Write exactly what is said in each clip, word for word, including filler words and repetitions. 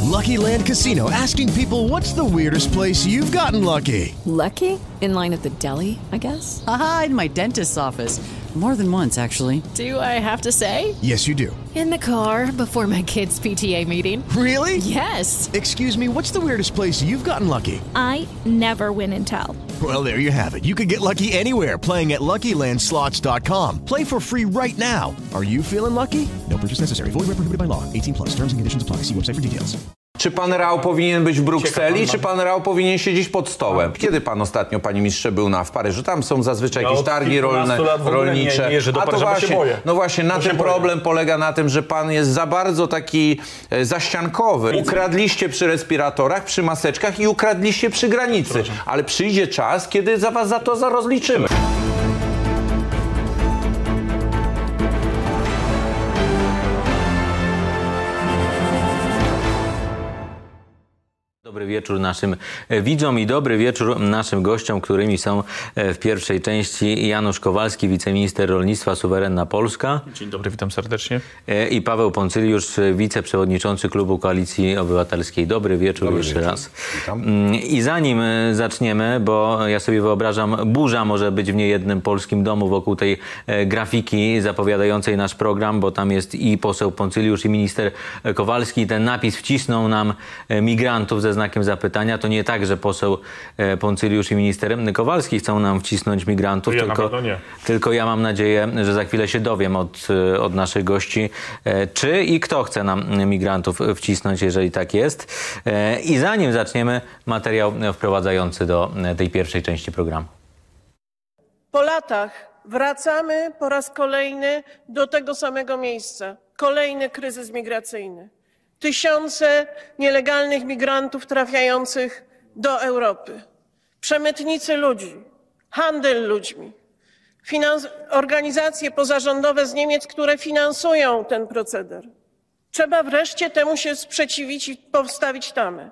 Lucky Land Casino, asking people, what's the weirdest place you've gotten lucky? Lucky? In line at the deli, I guess? Aha, in my dentist's office. More than once, actually. Do I have to say? Yes, you do. In the car before my kids' P T A meeting. Really? Yes. Excuse me, what's the weirdest place you've gotten lucky? I never win and tell. Well, there you have it. You can get lucky anywhere, playing at Lucky Land Slots dot com. Play for free right now. Are you feeling lucky? No purchase necessary. Void where prohibited by law. eighteen plus. Terms and conditions apply. See website for details. Czy pan Rau powinien być w Brukseli, czy pan Rau powinien siedzieć pod stołem? Kiedy pan ostatnio, panie ministrze, był na w Paryżu? Tam są zazwyczaj jakieś targi rolne, rolnicze. Nie, nie, A to właśnie, no właśnie, na tym problem polega na tym, że pan jest za bardzo taki e, zaściankowy. Ukradliście przy respiratorach, przy maseczkach i ukradliście przy granicy. Ale przyjdzie czas, kiedy za was za to za rozliczymy. Dobry wieczór naszym widzom i dobry wieczór naszym gościom, którymi są w pierwszej części Janusz Kowalski, wiceminister rolnictwa, Suwerenna Polska. Dzień dobry, witam serdecznie. I Paweł Poncyliusz, wiceprzewodniczący Klubu Koalicji Obywatelskiej. Dobry wieczór dobry jeszcze wieczór. raz. Witam. I zanim zaczniemy, bo ja sobie wyobrażam, burza może być w niejednym polskim domu wokół tej grafiki zapowiadającej nasz program, bo tam jest i poseł Poncyliusz, i minister Kowalski. Ten napis wcisnął nam migrantów ze znakiem zapytania. To nie tak, że poseł Poncyliusz i minister Kowalski chcą nam wcisnąć migrantów, ja tylko, tylko ja mam nadzieję, że za chwilę się dowiem od, od naszych gości, czy i kto chce nam migrantów wcisnąć, jeżeli tak jest. I zanim zaczniemy, materiał wprowadzający do tej pierwszej części programu. Po latach wracamy po raz kolejny do tego samego miejsca. Kolejny kryzys migracyjny. Tysiące nielegalnych migrantów trafiających do Europy. Przemytnicy ludzi, handel ludźmi, finans- organizacje pozarządowe z Niemiec, które finansują ten proceder. Trzeba wreszcie temu się sprzeciwić i postawić tamę.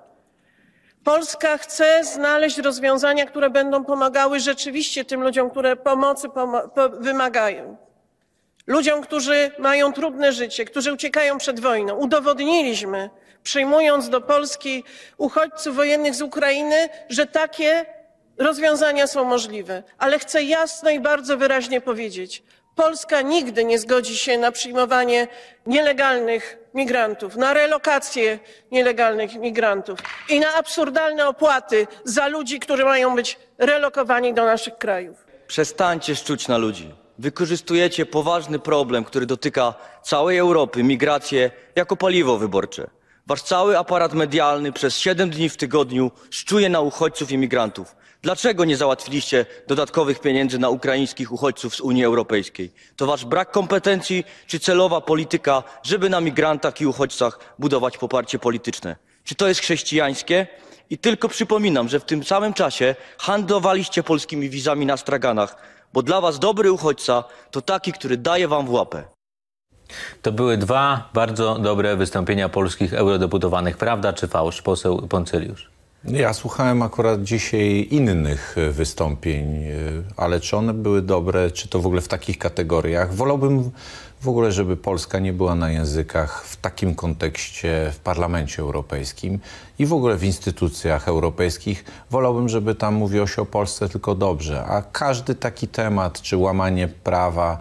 Polska chce znaleźć rozwiązania, które będą pomagały rzeczywiście tym ludziom, które pomocy pomo- po- wymagają. Ludziom, którzy mają trudne życie, którzy uciekają przed wojną. Udowodniliśmy, przyjmując do Polski uchodźców wojennych z Ukrainy, że takie rozwiązania są możliwe. Ale chcę jasno i bardzo wyraźnie powiedzieć, Polska nigdy nie zgodzi się na przyjmowanie nielegalnych migrantów, na relokację nielegalnych migrantów i na absurdalne opłaty za ludzi, którzy mają być relokowani do naszych krajów. Przestańcie szczuć na ludzi. Wykorzystujecie poważny problem, który dotyka całej Europy, migrację, jako paliwo wyborcze. Wasz cały aparat medialny przez siedem dni w tygodniu szczuje na uchodźców i migrantów. Dlaczego nie załatwiliście dodatkowych pieniędzy na ukraińskich uchodźców z Unii Europejskiej? To wasz brak kompetencji czy celowa polityka, żeby na migrantach i uchodźcach budować poparcie polityczne? Czy to jest chrześcijańskie? I tylko przypominam, że w tym samym czasie handlowaliście polskimi wizami na straganach, bo dla was dobry uchodźca to taki, który daje wam w łapę. To były dwa bardzo dobre wystąpienia polskich eurodeputowanych. Prawda czy fałsz, poseł Poncyliusz? Ja słuchałem akurat dzisiaj innych wystąpień, ale czy one były dobre, czy to w ogóle w takich kategoriach? Wolałbym w ogóle, żeby Polska nie była na językach w takim kontekście w Parlamencie Europejskim i w ogóle w instytucjach europejskich. Wolałbym, żeby tam mówiło się o Polsce tylko dobrze, a każdy taki temat, czy łamanie prawa,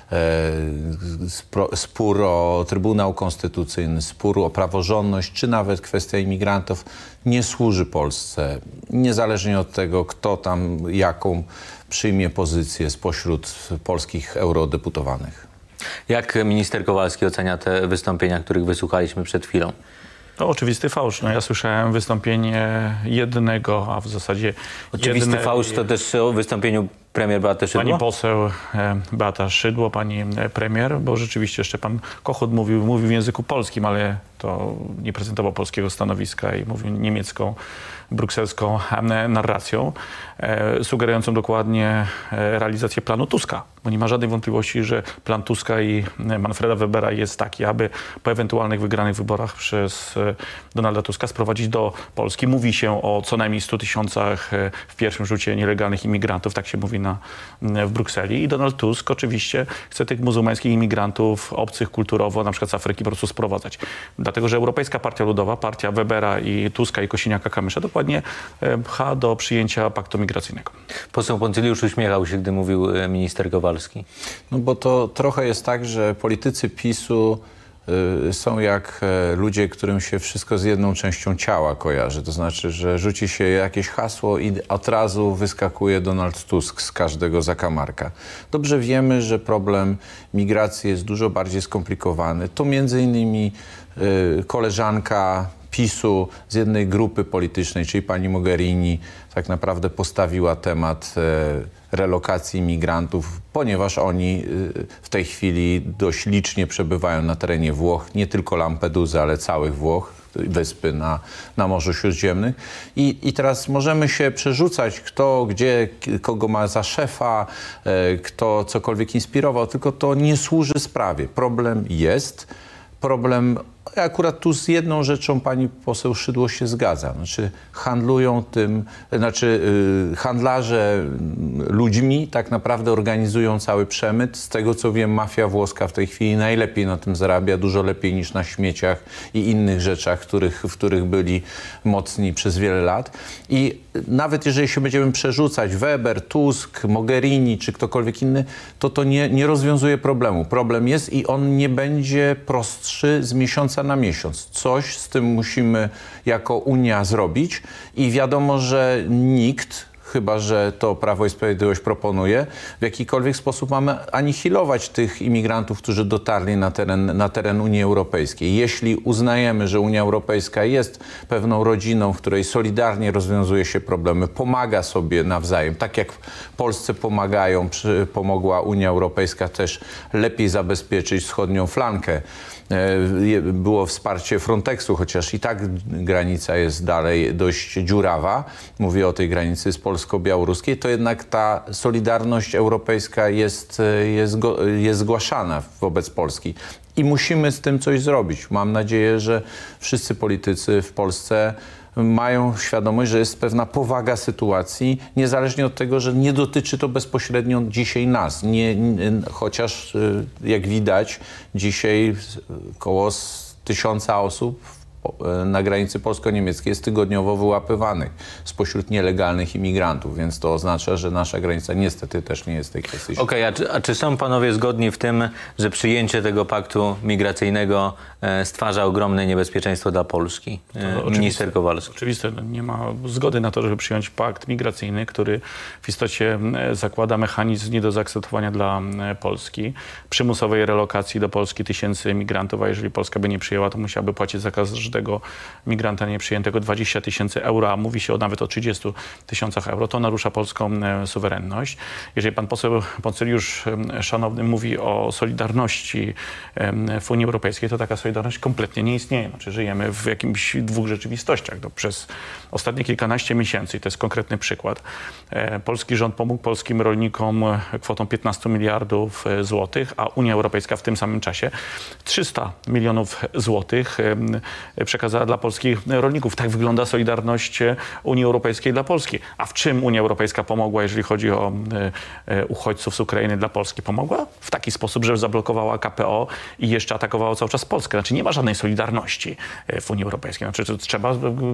spór o Trybunał Konstytucyjny, spór o praworządność, czy nawet kwestia imigrantów nie służy Polsce. Niezależnie od tego, kto tam jaką przyjmie pozycję spośród polskich eurodeputowanych. Jak minister Kowalski ocenia te wystąpienia, których wysłuchaliśmy przed chwilą? To oczywisty fałsz. No, ja słyszałem wystąpienie jednego, a w zasadzie... Oczywisty jedne... fałsz to też o wystąpieniu premier Beaty Szydło? Pani poseł Beata Szydło, pani premier, bo rzeczywiście jeszcze pan Kochut mówił, mówił w języku polskim, ale to nie prezentował polskiego stanowiska i mówił niemiecką, brukselską narracją, e, sugerującą dokładnie realizację planu Tuska. Bo nie ma żadnej wątpliwości, że plan Tuska i Manfreda Webera jest taki, aby po ewentualnych wygranych wyborach przez Donalda Tuska sprowadzić do Polski. Mówi się o co najmniej stu tysiącach w pierwszym rzucie nielegalnych imigrantów, tak się mówi Korwina w Brukseli i Donald Tusk oczywiście chce tych muzułmańskich imigrantów, obcych kulturowo, na przykład z Afryki, po prostu sprowadzać. Dlatego, że Europejska Partia Ludowa, partia Webera i Tuska i Kosiniaka-Kamysza dokładnie pcha do przyjęcia paktu migracyjnego. Poseł Poncyliusz uśmiechał się, gdy mówił minister Kowalski. No bo to trochę jest tak, że politycy PiSu y, są jak y, ludzie, którym się wszystko z jedną częścią ciała kojarzy. To znaczy, że rzuci się jakieś hasło i od razu wyskakuje Donald Tusk z każdego zakamarka. Dobrze wiemy, że problem migracji jest dużo bardziej skomplikowany. To między innymi y, koleżanka PiSu z jednej grupy politycznej, czyli pani Mogherini, tak naprawdę postawiła temat e, relokacji imigrantów, ponieważ oni e, w tej chwili dość licznie przebywają na terenie Włoch, nie tylko Lampeduzy, ale całych Włoch, wyspy na, na Morzu Śródziemnym. I, I teraz możemy się przerzucać, kto gdzie, kogo ma za szefa, e, kto cokolwiek inspirował, tylko to nie służy sprawie. Problem jest, problem akurat tu z jedną rzeczą pani poseł Szydło się zgadza. Znaczy handlują tym, znaczy yy, handlarze ludźmi tak naprawdę organizują cały przemyt. Z tego co wiem, mafia włoska w tej chwili najlepiej na tym zarabia, dużo lepiej niż na śmieciach i innych rzeczach, których, w których byli mocni przez wiele lat. I nawet jeżeli się będziemy przerzucać Weber, Tusk, Mogherini czy ktokolwiek inny, to to nie, nie rozwiązuje problemu. Problem jest i on nie będzie prostszy z miesiąca na miesiąc. Coś z tym musimy jako Unia zrobić i wiadomo, że nikt, chyba że to Prawo i Sprawiedliwość proponuje, w jakikolwiek sposób mamy anihilować tych imigrantów, którzy dotarli na teren, na teren Unii Europejskiej. Jeśli uznajemy, że Unia Europejska jest pewną rodziną, w której solidarnie rozwiązuje się problemy, pomaga sobie nawzajem, tak jak Polsce pomagają, przy, pomogła Unia Europejska też lepiej zabezpieczyć wschodnią flankę. Było wsparcie Frontexu, chociaż i tak granica jest dalej dość dziurawa. Mówię o tej granicy z polsko-białoruskiej, to jednak ta solidarność europejska jest, jest, jest zgłaszana wobec Polski. I musimy z tym coś zrobić. Mam nadzieję, że wszyscy politycy w Polsce mają świadomość, że jest pewna powaga sytuacji, niezależnie od tego, że nie dotyczy to bezpośrednio dzisiaj nas. Nie, nie, chociaż, jak widać, dzisiaj około tysiąca osób na granicy polsko-niemieckiej jest tygodniowo wyłapywanych spośród nielegalnych imigrantów, więc to oznacza, że nasza granica niestety też nie jest tej kwestii. Okej, okay, a, czy, a czy są panowie zgodni w tym, że przyjęcie tego paktu migracyjnego e, stwarza ogromne niebezpieczeństwo dla Polski? E, minister Kowalski. Oczywiście nie ma zgody na to, żeby przyjąć pakt migracyjny, który w istocie zakłada mechanizm nie do zaakceptowania dla Polski, przymusowej relokacji do Polski tysięcy migrantów, a jeżeli Polska by nie przyjęła, to musiałaby płacić za każdego migranta nieprzyjętego dwadzieścia tysięcy euro, a mówi się o, nawet o trzydziestu tysiącach euro, to narusza polską e, suwerenność. Jeżeli pan poseł Poncyliusz e, szanowny mówi o solidarności e, w Unii Europejskiej, to taka solidarność kompletnie nie istnieje. Znaczy, żyjemy w jakimś dwóch rzeczywistościach. No, przez ostatnie kilkanaście miesięcy, i to jest konkretny przykład, e, polski rząd pomógł polskim rolnikom kwotą piętnastu miliardów złotych, a Unia Europejska w tym samym czasie trzysta milionów złotych e, przekazała dla polskich rolników. Tak wygląda solidarność Unii Europejskiej dla Polski. A w czym Unia Europejska pomogła, jeżeli chodzi o e, uchodźców z Ukrainy dla Polski? Pomogła w taki sposób, że zablokowała K P O i jeszcze atakowała cały czas Polskę. Znaczy nie ma żadnej solidarności w Unii Europejskiej. Znaczy trzeba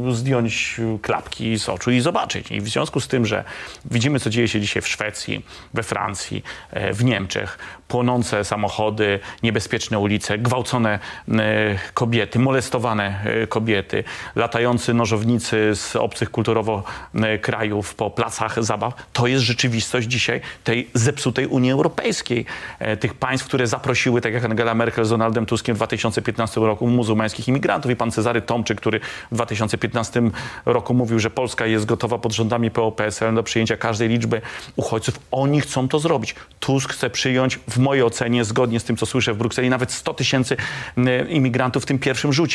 zdjąć klapki z oczu i zobaczyć. I w związku z tym, że widzimy, co dzieje się dzisiaj w Szwecji, we Francji, w Niemczech, płonące samochody, niebezpieczne ulice, gwałcone kobiety, molestowane kobiety, latający nożownicy z obcych kulturowo krajów po placach zabaw. To jest rzeczywistość dzisiaj tej zepsutej Unii Europejskiej. Tych państw, które zaprosiły, tak jak Angela Merkel z Donaldem Tuskiem w dwa tysiące piętnastym roku, muzułmańskich imigrantów. I pan Cezary Tomczyk, który w dwa tysiące piętnastym roku mówił, że Polska jest gotowa pod rządami P O P S L do przyjęcia każdej liczby uchodźców. Oni chcą to zrobić. Tusk chce przyjąć, w mojej ocenie, zgodnie z tym, co słyszę w Brukseli, nawet sto tysięcy imigrantów w tym pierwszym rzucie. I my nie możemy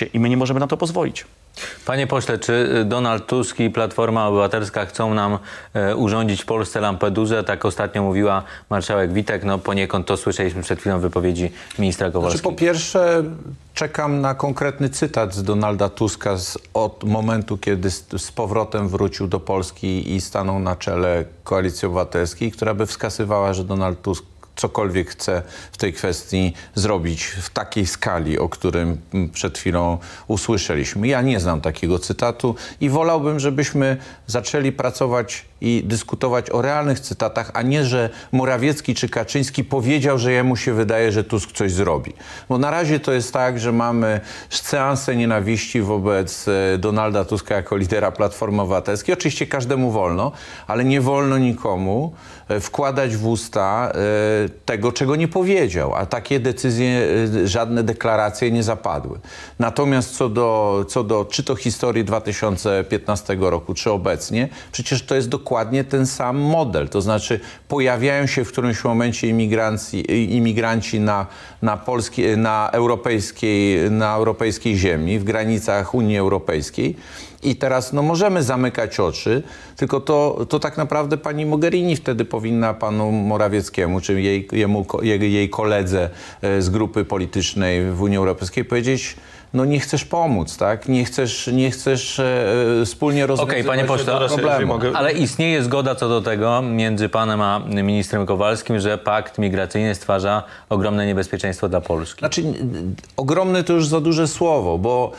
możemy na to pozwolić. Panie pośle, czy Donald Tusk i Platforma Obywatelska chcą nam e, urządzić w Polsce Lampedusę? Tak ostatnio mówiła marszałek Witek. No poniekąd to słyszeliśmy przed chwilą w wypowiedzi ministra Kowalskiego. Znaczy, po pierwsze, czekam na konkretny cytat z Donalda Tuska z, od momentu, kiedy z, z powrotem wrócił do Polski i stanął na czele Koalicji Obywatelskiej, która by wskazywała, że Donald Tusk cokolwiek chce w tej kwestii zrobić w takiej skali, o którym przed chwilą usłyszeliśmy. Ja nie znam takiego cytatu i wolałbym, żebyśmy zaczęli pracować i dyskutować o realnych cytatach, a nie, że Morawiecki czy Kaczyński powiedział, że jemu się wydaje, że Tusk coś zrobi. Bo na razie to jest tak, że mamy seansę nienawiści wobec Donalda Tuska jako lidera Platformy Obywatelskiej. Oczywiście każdemu wolno, ale nie wolno nikomu wkładać w usta tego, czego nie powiedział, a takie decyzje, żadne deklaracje nie zapadły. Natomiast co do, co do czy to historii dwa tysiące piętnastego roku, czy obecnie, przecież to jest dokładnie ten sam model. To znaczy pojawiają się w którymś momencie imigranci, imigranci na, na, polskiej, na, europejskiej, na europejskiej ziemi, w granicach Unii Europejskiej. I teraz no, możemy zamykać oczy, tylko to, to tak naprawdę pani Mogherini wtedy powinna panu Morawieckiemu, czy jej, jemu, jej, jej koledze z grupy politycznej w Unii Europejskiej powiedzieć, no nie chcesz pomóc, tak? Nie chcesz, nie chcesz e, wspólnie rozwiązać Okej, panie pośle, problemu. Ale istnieje zgoda co do tego między panem a ministrem Kowalskim, że pakt migracyjny stwarza ogromne niebezpieczeństwo dla Polski. Znaczy, ogromne to już za duże słowo, bo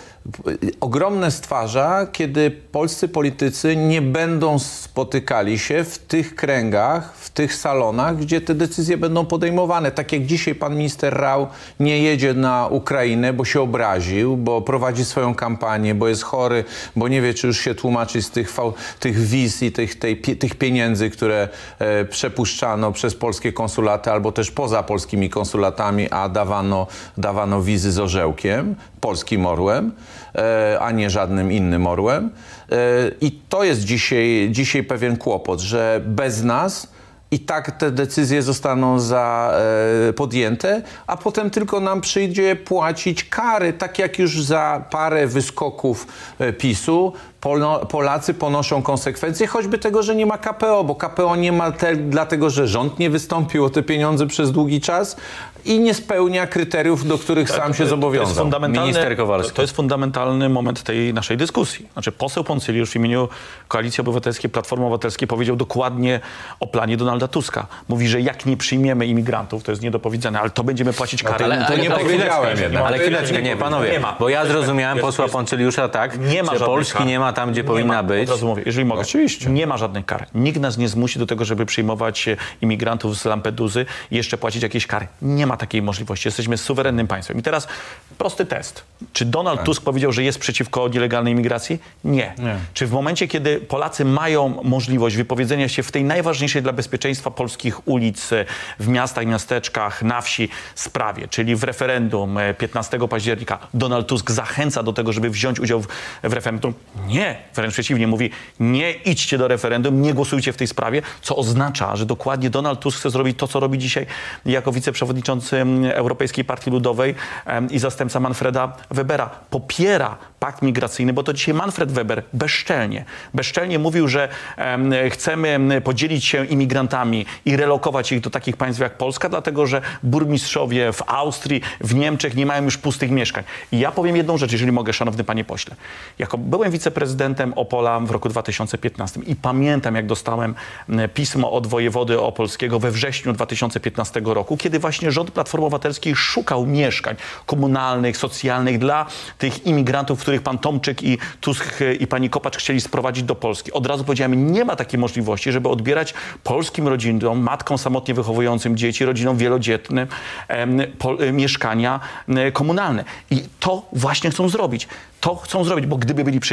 ogromne stwarza, kiedy polscy politycy nie będą spotykali się w tych kręgach, w tych salonach, gdzie te decyzje będą podejmowane. Tak jak dzisiaj pan minister Rau nie jedzie na Ukrainę, bo się obrazi, bo prowadzi swoją kampanię, bo jest chory, bo nie wie, czy już się tłumaczy z tych, tych wiz i tych, tej, tych pieniędzy, które e, przepuszczano przez polskie konsulaty albo też poza polskimi konsulatami, a dawano, dawano wizy z orzełkiem, polskim orłem, e, a nie żadnym innym orłem. E, I to jest dzisiaj, dzisiaj pewien kłopot, że bez nas i tak te decyzje zostaną za, e, podjęte, a potem tylko nam przyjdzie płacić kary, tak jak już za parę wyskoków e, PiSu Polo, Polacy ponoszą konsekwencje, choćby tego, że nie ma K P O, bo K P O nie ma te, dlatego, że rząd nie wystąpił o te pieniądze przez długi czas i nie spełnia kryteriów, do których tak, sam się zobowiązał. To Minister Kowalski. To jest fundamentalny moment tej naszej dyskusji. Znaczy poseł Poncyliusz w imieniu Koalicji Obywatelskiej, Platformy Obywatelskiej powiedział dokładnie o planie Donalda Tuska. Mówi, że jak nie przyjmiemy imigrantów, to jest nie do powiedzenia, ale to będziemy płacić karę. Ale, ale, to nie ale powiedziałem jednak. Ale chwileczkę, nie, panowie, nie ma. bo ja zrozumiałem jest, posła jest, Poncyliusza tak, nie ma że Polski kar. nie ma tam, gdzie nie powinna ma. być. Od razu mówię, jeżeli mogę. Oczywiście. Nie ma żadnych kar. Nikt nas nie zmusi do tego, żeby przyjmować imigrantów z Lampedusy i jeszcze płacić jakieś kary. Nie ma takiej możliwości. Jesteśmy suwerennym państwem. I teraz prosty test. Czy Donald tak. Tusk powiedział, że jest przeciwko nielegalnej imigracji? Nie. nie. Czy w momencie, kiedy Polacy mają możliwość wypowiedzenia się w tej najważniejszej dla bezpieczeństwa polskich ulic, w miastach, miasteczkach, na wsi sprawie, czyli w referendum piętnastego października, Donald Tusk zachęca do tego, żeby wziąć udział w, w referendum? Nie. Wręcz przeciwnie, mówi, nie idźcie do referendum, nie głosujcie w tej sprawie, co oznacza, że dokładnie Donald Tusk chce zrobić to, co robi dzisiaj jako wiceprzewodniczący Europejskiej Partii Ludowej um, i zastępca Manfreda Webera. Popiera pakt migracyjny, bo to dzisiaj Manfred Weber bezczelnie, bezczelnie mówił, że um, chcemy podzielić się imigrantami i relokować ich do takich państw jak Polska, dlatego że burmistrzowie w Austrii, w Niemczech nie mają już pustych mieszkań. I ja powiem jedną rzecz, jeżeli mogę, szanowny panie pośle. Jako byłem wiceprezydentem Opola w roku dwa tysiące piętnastym i pamiętam, jak dostałem pismo od wojewody opolskiego we wrześniu dwa tysiące piętnastego roku, kiedy właśnie rząd Platformy Obywatelskiej szukał mieszkań komunalnych, socjalnych dla tych imigrantów, których pan Tomczyk i Tusk i pani Kopacz chcieli sprowadzić do Polski. Od razu powiedziałem, nie ma takiej możliwości, żeby odbierać polskim rodzinom, matkom samotnie wychowującym dzieci, rodzinom wielodzietnym em, po, e, mieszkania e, komunalne. I to właśnie chcą zrobić. To chcą zrobić, bo gdyby byli przeciwko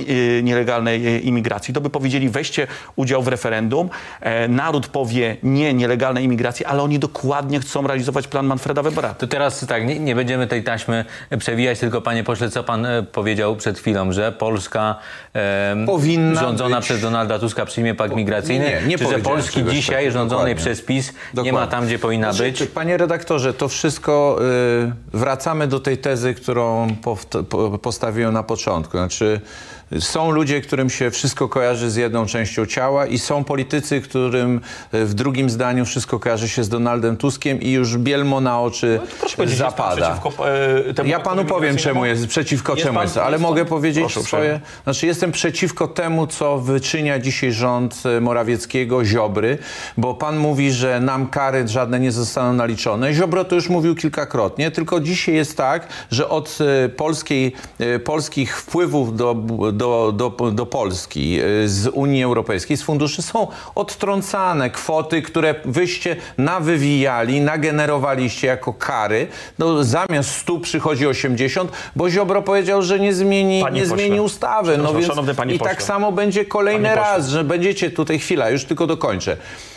y, nielegalnej imigracji, to by powiedzieli weźcie udział w referendum, e, naród powie nie nielegalnej imigracji, ale oni dokładnie chcą realizować plan Manfreda Webera. To teraz tak, nie, nie będziemy tej taśmy przewijać, tylko panie pośle, co pan e, powiedział przed chwilą, że Polska e, powinna rządzona być... przez Donalda Tuska przyjmie pakt migracyjny, nie, nie czy że Polski dzisiaj tak, rządzonej dokładnie. przez PiS Dokładnie. nie ma tam, gdzie powinna znaczy, być? Panie redaktorze, to wszystko y, wracamy do tej tezy, którą pow- po, postawiłem na początku. Znaczy, są ludzie, którym się wszystko kojarzy z jedną częścią ciała i są politycy, którym w drugim zdaniu wszystko kojarzy się z Donaldem Tuskiem i już bielmo na oczy No zapada. Przeciwko, e, temu Ja panu powiem, czemu jest, przeciwko jest czemu pan, jest, ale jest mogę pan, powiedzieć proszę, swoje... Znaczy, jestem przeciwko temu, co wyczynia dzisiaj rząd Morawieckiego, Ziobry, bo pan mówi, że nam kary żadne nie zostaną naliczone. Ziobro to już mówił kilkakrotnie, tylko dzisiaj jest tak, że od polskiej, polskich wpływów do, do, do, do Polski z Unii Europejskiej, z funduszy są odtrącane kwoty, które wyście nawywijali, nagenerowaliście jako kary. No, zamiast stu przychodzi osiemdziesiąt, bo Ziobro powiedział, że nie zmieni, nie zmieni ustawy. No więc i tak samo będzie kolejny raz, że będziecie tutaj, chwila, już tylko dokończę.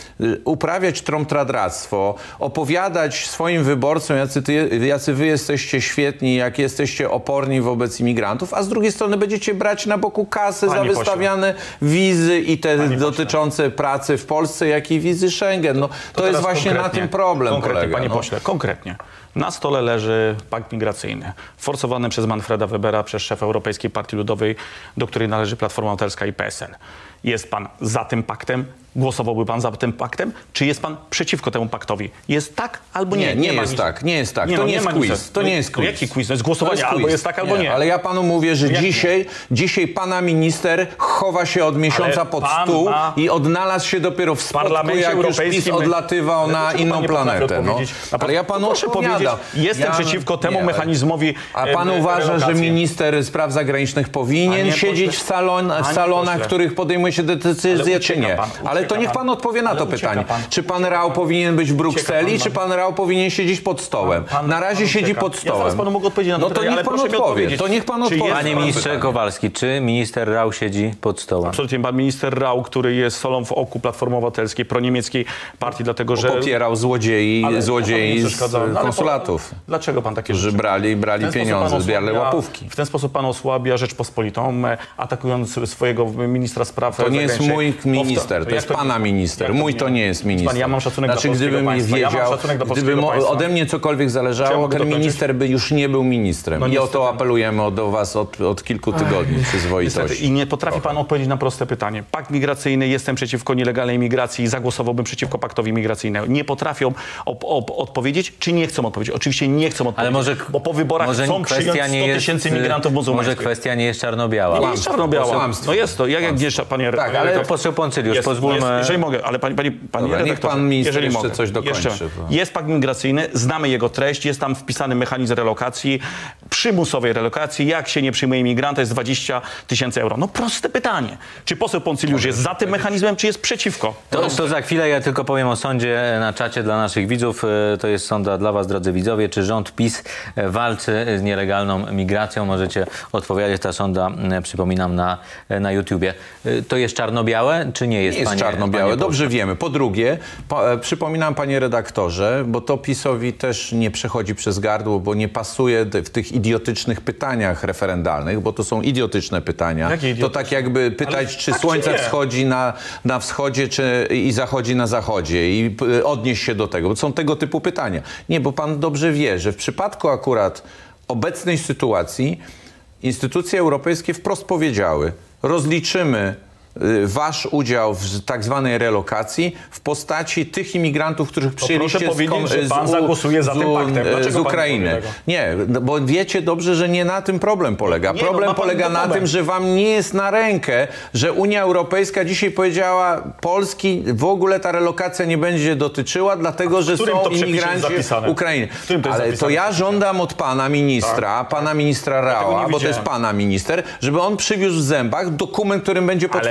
Uprawiać tromtradractwo, opowiadać swoim wyborcom, jacy, ty, jacy wy jesteście świetni, jak jesteście oporni wobec imigrantów, a z drugiej strony będziecie brać na boku kasy Panie za wystawiane pośle. wizy i te Panie dotyczące pośle. pracy w Polsce, jak i wizy Schengen. No, to, to jest właśnie na tym problem konkretnie, polega. Panie no. pośle, konkretnie. Na stole leży pakt migracyjny, forsowany przez Manfreda Webera, przez szefa Europejskiej Partii Ludowej, do której należy Platforma Obywatelska i P S L. Jest pan za tym paktem? Głosowałby pan za tym paktem? Czy jest pan przeciwko temu paktowi? Jest tak albo nie? Nie, nie, nie jest tak, nie jest tak. Nie, to no, nie, nie jest ma quiz. nic. To nie jest quiz. Jaki quiz? To jest głosowanie, To jest albo quiz. jest tak, albo nie. Ale ja panu mówię, że Jak dzisiaj, dzisiaj pana minister chowa się od miesiąca Ale pod pan stół ma- i odnalazł się dopiero w spodku, Parlamencie jak już PiS Europejskim- odlatywał Ale na dlaczego inną pan nie potrafi planetę. No. odpowiedzieć? A pan- Ale ja panu proszę odpowiadam. powiedzieć, jestem Ja- przeciwko temu nie, mechanizmowi. A e, pan e, uważa, że relokacji. minister spraw zagranicznych powinien Panie siedzieć pośle, w, salon, w panie salonach, w pośle. których podejmuje się decyzje, Ale czy ucieka nie? pan, Ale to ucieka niech pan. pan odpowie na Ale to ucieka pytanie. pan. Czy pan Rau powinien być w Brukseli, pan. czy pan Rau powinien siedzieć pod stołem? Pan- Na razie pan siedzi ucieka. pod Ja stołem. zaraz panu mogę odpowiedzieć na to No to pytanie, niech ale pan proszę mi odpowie. odpowiedzieć. To niech pan Czy odpowie. jest Panie pan ministrze pytanie. Kowalski, czy minister Rau siedzi pod stołem? Absolutnie. Pan minister Rau, który jest solą w oku Platformy Obywatelskiej, proniemieckiej partii, dlatego że... Popierał złodziei, Ale ja złodziei panu nie z przeszkadzałem. No ale konsulatów, po- Dlaczego pan takie którzy rzeczy? brali, W brali ten sposób pieniądze, pan zbierali osłabia- łapówki. W ten sposób pan osłabia Rzeczpospolitą, e, atakując swojego ministra spraw To nie jest zagranicznych. mój Powta- minister, to jak jest pana minister. jak Mój to nie jest minister. Pan, ja mam szacunek Znaczy, dla polskiego gdybym państwa. Ja mam wiedział, szacunek dla gdyby polskiego mo- państwa. ode mnie cokolwiek Czy ja zależało, mogę ten dokończyć? minister by już nie był ministrem. No I o niestety. to apelujemy od was od, od kilku tygodni, Niestety. przyzwoitości. I nie potrafi pan odpowiedzieć na proste pytanie. Pakt migracyjny, jestem przeciwko nielegalnej imigracji, zagłosowałbym przeciwko paktowi migracyjnemu. Nie potrafią op- op- odpowiedzieć, czy nie chcą odpowiedzieć. Oczywiście nie chcą odpowiedzieć, Ale może, bo po wyborach może chcą przyjąć kwestia nie sto jest, tysięcy migrantów Może muzułmańskich. kwestia nie jest czarno-biała. Nie jest czarno-biała. Kłamstwo. No jest to. Jak, jak nie, panie Tak, ale To poseł Poncyliusz, jest, pozwólmy... jest, jeżeli mogę, ale pani, pani, panie Dobra, niech redaktorze, pan minister jeżeli jeszcze mogę, coś dokończy, jeszcze, bo- jest pakt migracyjny, znamy jego treść, jest tam wpisany mechanizm relokacji, przymusowej relokacji, jak się nie przyjmuje imigranta, jest dwadzieścia tysięcy euro. No proste pytanie. Czy poseł Poncyliusz jest za tym mechanizmem, czy jest przeciwko? To, to za chwilę ja tylko powiem o sądzie na czacie dla naszych widzów. E, To jest sonda dla was, drodzy widzowie. Czy rząd PiS e, walczy z nielegalną migracją? Możecie odpowiadać. Ta sonda, e, przypominam, na, e, na YouTubie. E, To jest czarno-białe, czy nie jest, Nie jest panie, czarno-białe, panie dobrze pośle? wiemy. Po drugie, po, e, przypominam panie redaktorze, bo to PiS-owi też nie przechodzi przez gardło, bo nie pasuje d- w tych idiotycznych pytaniach referendalnych, bo to są idiotyczne pytania. Jakie To idiotyczne? tak jakby pytać, Ale czy tak, czy słońce nie? wschodzi na, na wschodzie czy, i zachodzi na zachodzie i p- odnieść się do tego. Bo są tego typu pytania. Nie, bo pan dobrze wie, że w przypadku akurat obecnej sytuacji instytucje europejskie wprost powiedziały, rozliczymy y, wasz udział w tak zwanej relokacji w postaci tych imigrantów, których przyjęliście proszę z, kom- powiedzieć, że pan z, U- zagłosuje za z, tym U- paktem. Dlaczego z pan Ukrainy. nie powie tego? Nie, no bo wiecie dobrze, że nie na tym problem polega. Nie, no, problem ma pan polega na problem. tym, że wam nie jest na rękę, że Unia Europejska dzisiaj powiedziała, Polski w ogóle ta relokacja nie będzie dotyczyła, dlatego że którym są to przepisie jest imigranci zapisane? Ukrainy. W którym to jest Ale to zapisane? ja żądam od pana ministra, Tak. pana ministra tego Raua, nie bo to jest widziałem. pana minister, żeby on przywiózł w zębach dokument, którym będzie Ale potwierdzony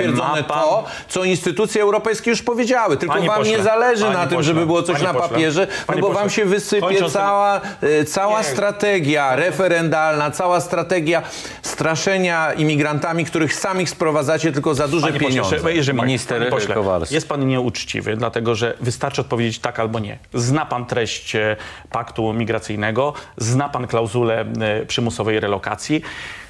potwierdzone pan... to, co instytucje europejskie już powiedziały. Tylko Panie wam pośle, nie zależy panie na tym, pośle, żeby było coś panie na pośle, papierze, no panie bo pośle, wam się wysypie kończąc ten- cała, e, cała Nie. strategia referendalna, cała strategia straszenia imigrantami, których samych sprowadzacie tylko za duże Panie pieniądze. Pośle, Jerzy Majk, Minister panie pośle, Kowalski. jest pan nieuczciwy, dlatego że wystarczy odpowiedzieć tak albo nie. Zna pan treść e, paktu migracyjnego, zna pan klauzulę e, przymusowej relokacji.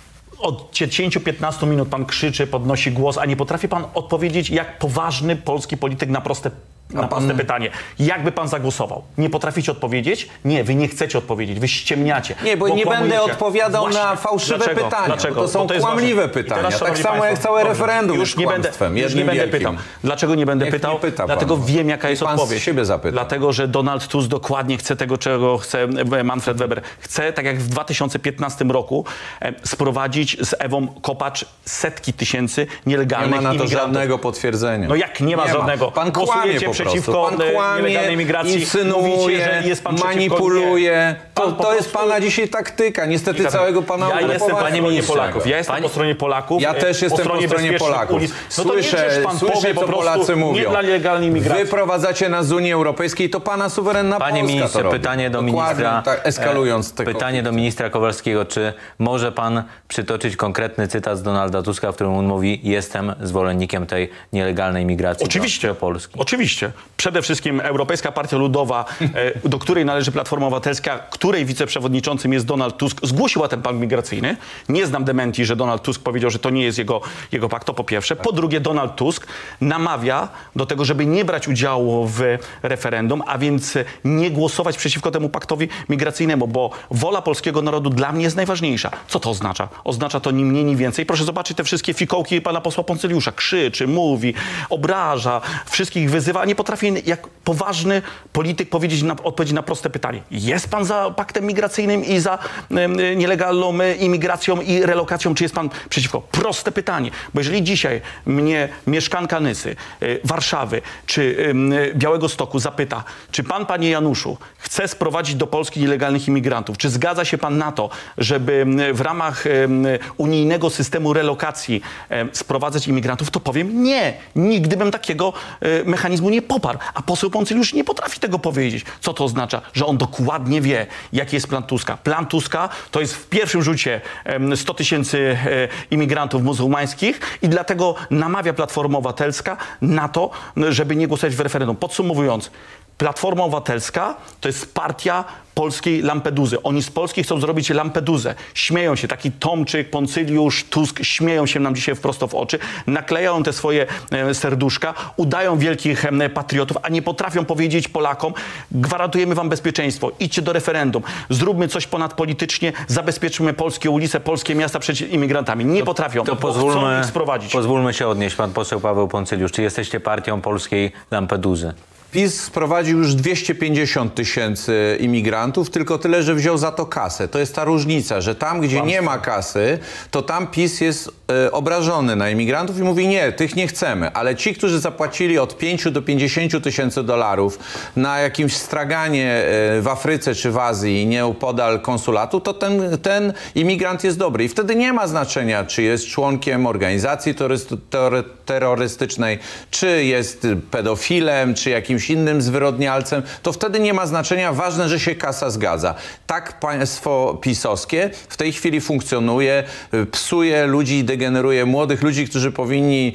Od dziesięć do piętnastu minut pan krzyczy, podnosi głos, a nie potrafi pan odpowiedzieć jak poważny polski polityk na proste Na proste pytanie. Jak by pan zagłosował? Nie potraficie odpowiedzieć? Nie, wy nie chcecie odpowiedzieć. Wy ściemniacie. Nie, bo nie kłamujecie. będę odpowiadał Właśnie. na fałszywe Dlaczego? pytania. Dlaczego? Bo to są Bo jest kłamliwe ważne. I pytania. teraz, Tak szanowni samo jak państwo, całe dobrze, referendum już jest nie będę, kłamstwem, już nie jednym będę wielkim. pytał. Dlaczego nie będę Niech pytał? nie pyta pan. Dlatego wiem, jaka jest Pan z odpowiedź. siebie zapyta. Dlatego, że Donald Tusk dokładnie chce tego, czego chce Manfred Weber. Chce, tak jak w dwa tysiące piętnastym roku, e, sprowadzić z Ewą Kopacz setki tysięcy Nie nielegalnych ma na to imigrantów. żadnego potwierdzenia. No jak nie ma żadnego? Pan kłamie Głosujecie po przeciwko prostu. Pan e, kłamie, nielegalnej migracji. Mówicie, insynuuje, że jest pan przeciwko- manipuluje. Nie. To, Pan po to jest prostu- pana dzisiaj taktyka. Niestety Tak. całego pana Ja jestem po ugrupowania stronie politycznego. Polaków. Ja jestem Panie- po stronie Polaków. Ja e, też jestem po stronie bezpiecznych Polaków. ulic. No to Słyszę, niechżeż pan słyszę powie co po prostu Polacy mówią. nie dla nielegalnej migracji. Wy prowadzacie nas z Unii Europejskiej, to pana suwerenna Panie Polska ministrze, to robi. pytanie do Dokładnie, ministra. tak, eskalując e, te Pytanie do ministra Kowalskiego. Czy może pan przytoczyć konkretny cytat z Donalda Tuska, w którym on mówi: jestem zwolennikiem tej nielegalnej migracji Oczywiście, do Polski? Oczywiście. Przede wszystkim Europejska Partia Ludowa, e, do której należy Platforma Obywatelska, której wiceprzewodniczącym jest Donald Tusk, zgłosiła ten pakt migracyjny. Nie znam dementi, że Donald Tusk powiedział, że to nie jest jego, jego pakt, to po pierwsze. Po drugie, Donald Tusk namawia do tego, żeby nie brać udziału w referendum, a więc nie głosować przeciwko temu paktowi migracyjnemu, bo wola polskiego narodu dla mnie jest najważniejsza. Co to oznacza? Oznacza to ni mniej, ni więcej. Proszę zobaczyć te wszystkie fikołki pana posła Poncyliusza. Krzyczy, mówi, obraża, wszystkich wyzywa, a nie potrafi jak poważny polityk powiedzieć na, odpowiedzieć na proste pytanie. Jest pan za paktem migracyjnym i za y, nielegalną y, imigracją i relokacją, czy jest pan przeciwko? Proste pytanie. Bo jeżeli dzisiaj mnie mieszkanka Nysy, y, Warszawy czy y, Białegostoku zapyta, czy pan, panie Januszu, chce sprowadzić do Polski nielegalnych imigrantów, czy zgadza się pan na to, żeby y, w ramach y, unijnego systemu relokacji y, sprowadzać imigrantów, to powiem nie. Nigdy bym takiego y, mechanizmu nie poparł. A poseł Poncyliusz nie potrafi tego powiedzieć. Co to oznacza? Że on dokładnie wie, jaki jest plan Tuska. Plan Tuska to jest w pierwszym rzucie em, sto tysięcy e, imigrantów muzułmańskich i dlatego namawia Platforma Obywatelska na to, żeby nie głosować w referendum. Podsumowując, Platforma Obywatelska to jest partia polskiej Lampeduzy. Oni z Polski chcą zrobić Lampedusę. Śmieją się, taki Tomczyk, Poncyliusz, Tusk, śmieją się nam dzisiaj wprost w oczy, naklejają te swoje e, serduszka, udają wielkich e, patriotów, a nie potrafią powiedzieć Polakom: gwarantujemy wam bezpieczeństwo, idźcie do referendum, zróbmy coś ponadpolitycznie, zabezpieczmy polskie ulice, polskie miasta przed imigrantami. Nie potrafią, To bo chcą pozwólmy, ich sprowadzić. pozwólmy się odnieść, pan poseł Paweł Poncyliusz. Czy jesteście partią polskiej Lampeduzy? PiS sprowadził już dwieście pięćdziesiąt tysięcy imigrantów, tylko tyle, że wziął za to kasę. To jest ta różnica, że tam, gdzie nie ma kasy, to tam PiS jest e, obrażony na imigrantów i mówi: nie, tych nie chcemy. Ale ci, którzy zapłacili od pięciu do pięćdziesięciu tysięcy dolarów na jakimś straganie e, w Afryce czy w Azji, nieopodal konsulatu, to ten, ten imigrant jest dobry. I wtedy nie ma znaczenia, czy jest członkiem organizacji toryst- ter- terrorystycznej, czy jest pedofilem, czy jakimś innym zwyrodnialcem, to wtedy nie ma znaczenia. Ważne, że się kasa zgadza. Tak państwo pisowskie w tej chwili funkcjonuje, psuje ludzi, degeneruje młodych ludzi, którzy powinni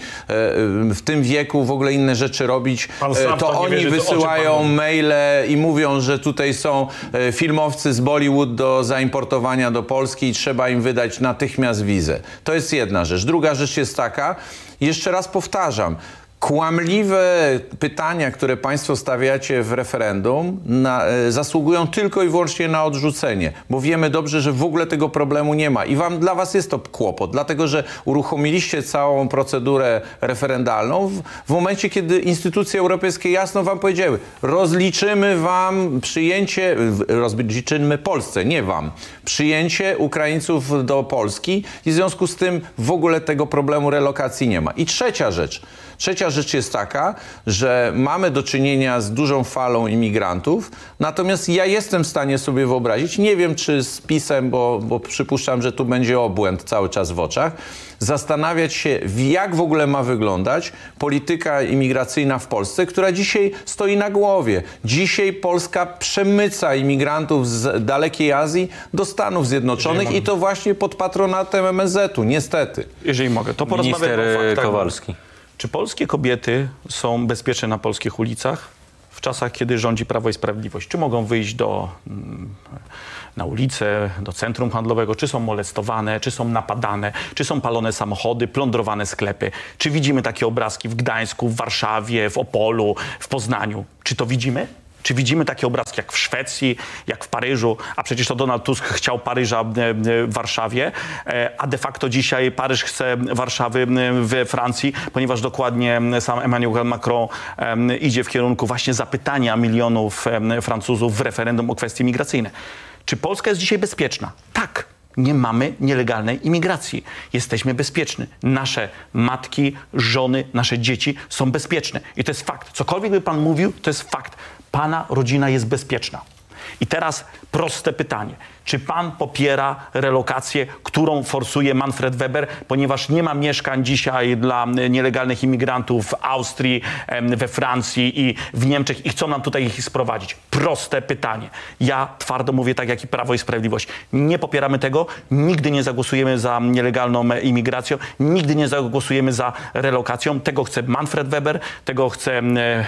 w tym wieku w ogóle inne rzeczy robić. To oni wierzy, wysyłają maile i mówią, że tutaj są filmowcy z Bollywood do zaimportowania do Polski i trzeba im wydać natychmiast wizę. To jest jedna rzecz. Druga rzecz jest taka, jeszcze raz powtarzam, kłamliwe pytania, które państwo stawiacie w referendum, na, e, zasługują tylko i wyłącznie na odrzucenie, bo wiemy dobrze, że w ogóle tego problemu nie ma i wam, dla was jest to kłopot, dlatego że uruchomiliście całą procedurę referendalną w, w momencie, kiedy instytucje europejskie jasno wam powiedziały: rozliczymy wam przyjęcie, rozliczymy Polsce, nie wam, przyjęcie Ukraińców do Polski i w związku z tym w ogóle tego problemu relokacji nie ma. I trzecia rzecz, trzecia rzecz, rzecz jest taka, że mamy do czynienia z dużą falą imigrantów, natomiast ja jestem w stanie sobie wyobrazić, nie wiem czy z PiS-em, bo, bo przypuszczam, że tu będzie obłęd cały czas w oczach, zastanawiać się, jak w ogóle ma wyglądać polityka imigracyjna w Polsce, która dzisiaj stoi na głowie. Dzisiaj Polska przemyca imigrantów z dalekiej Azji do Stanów Zjednoczonych i to właśnie pod patronatem M S Z-u, niestety. Jeżeli mogę, to porozmawiamy Minister o faktach. Kowalski. Czy polskie kobiety są bezpieczne na polskich ulicach w czasach, kiedy rządzi Prawo i Sprawiedliwość? Czy mogą wyjść do, na ulicę, do centrum handlowego? Czy są molestowane? Czy są napadane? Czy są palone samochody, plądrowane sklepy? Czy widzimy takie obrazki w Gdańsku, w Warszawie, w Opolu, w Poznaniu? Czy to widzimy? Czy widzimy takie obrazki jak w Szwecji, jak w Paryżu, a przecież to Donald Tusk chciał Paryża w Warszawie, a de facto dzisiaj Paryż chce Warszawy we Francji, ponieważ dokładnie sam Emmanuel Macron idzie w kierunku właśnie zapytania milionów Francuzów w referendum o kwestie migracyjne. Czy Polska jest dzisiaj bezpieczna? Tak. Nie mamy nielegalnej imigracji. Jesteśmy bezpieczni. Nasze matki, żony, nasze dzieci są bezpieczne. I to jest fakt. Cokolwiek by pan mówił, to jest fakt. Pana rodzina jest bezpieczna. I teraz proste pytanie. Czy pan popiera relokację, którą forsuje Manfred Weber, ponieważ nie ma mieszkań dzisiaj dla nielegalnych imigrantów w Austrii, we Francji i w Niemczech i chcą nam tutaj ich sprowadzić? Proste pytanie. Ja twardo mówię tak jak i Prawo i Sprawiedliwość. Nie popieramy tego, nigdy nie zagłosujemy za nielegalną imigracją, nigdy nie zagłosujemy za relokacją. Tego chce Manfred Weber, tego chce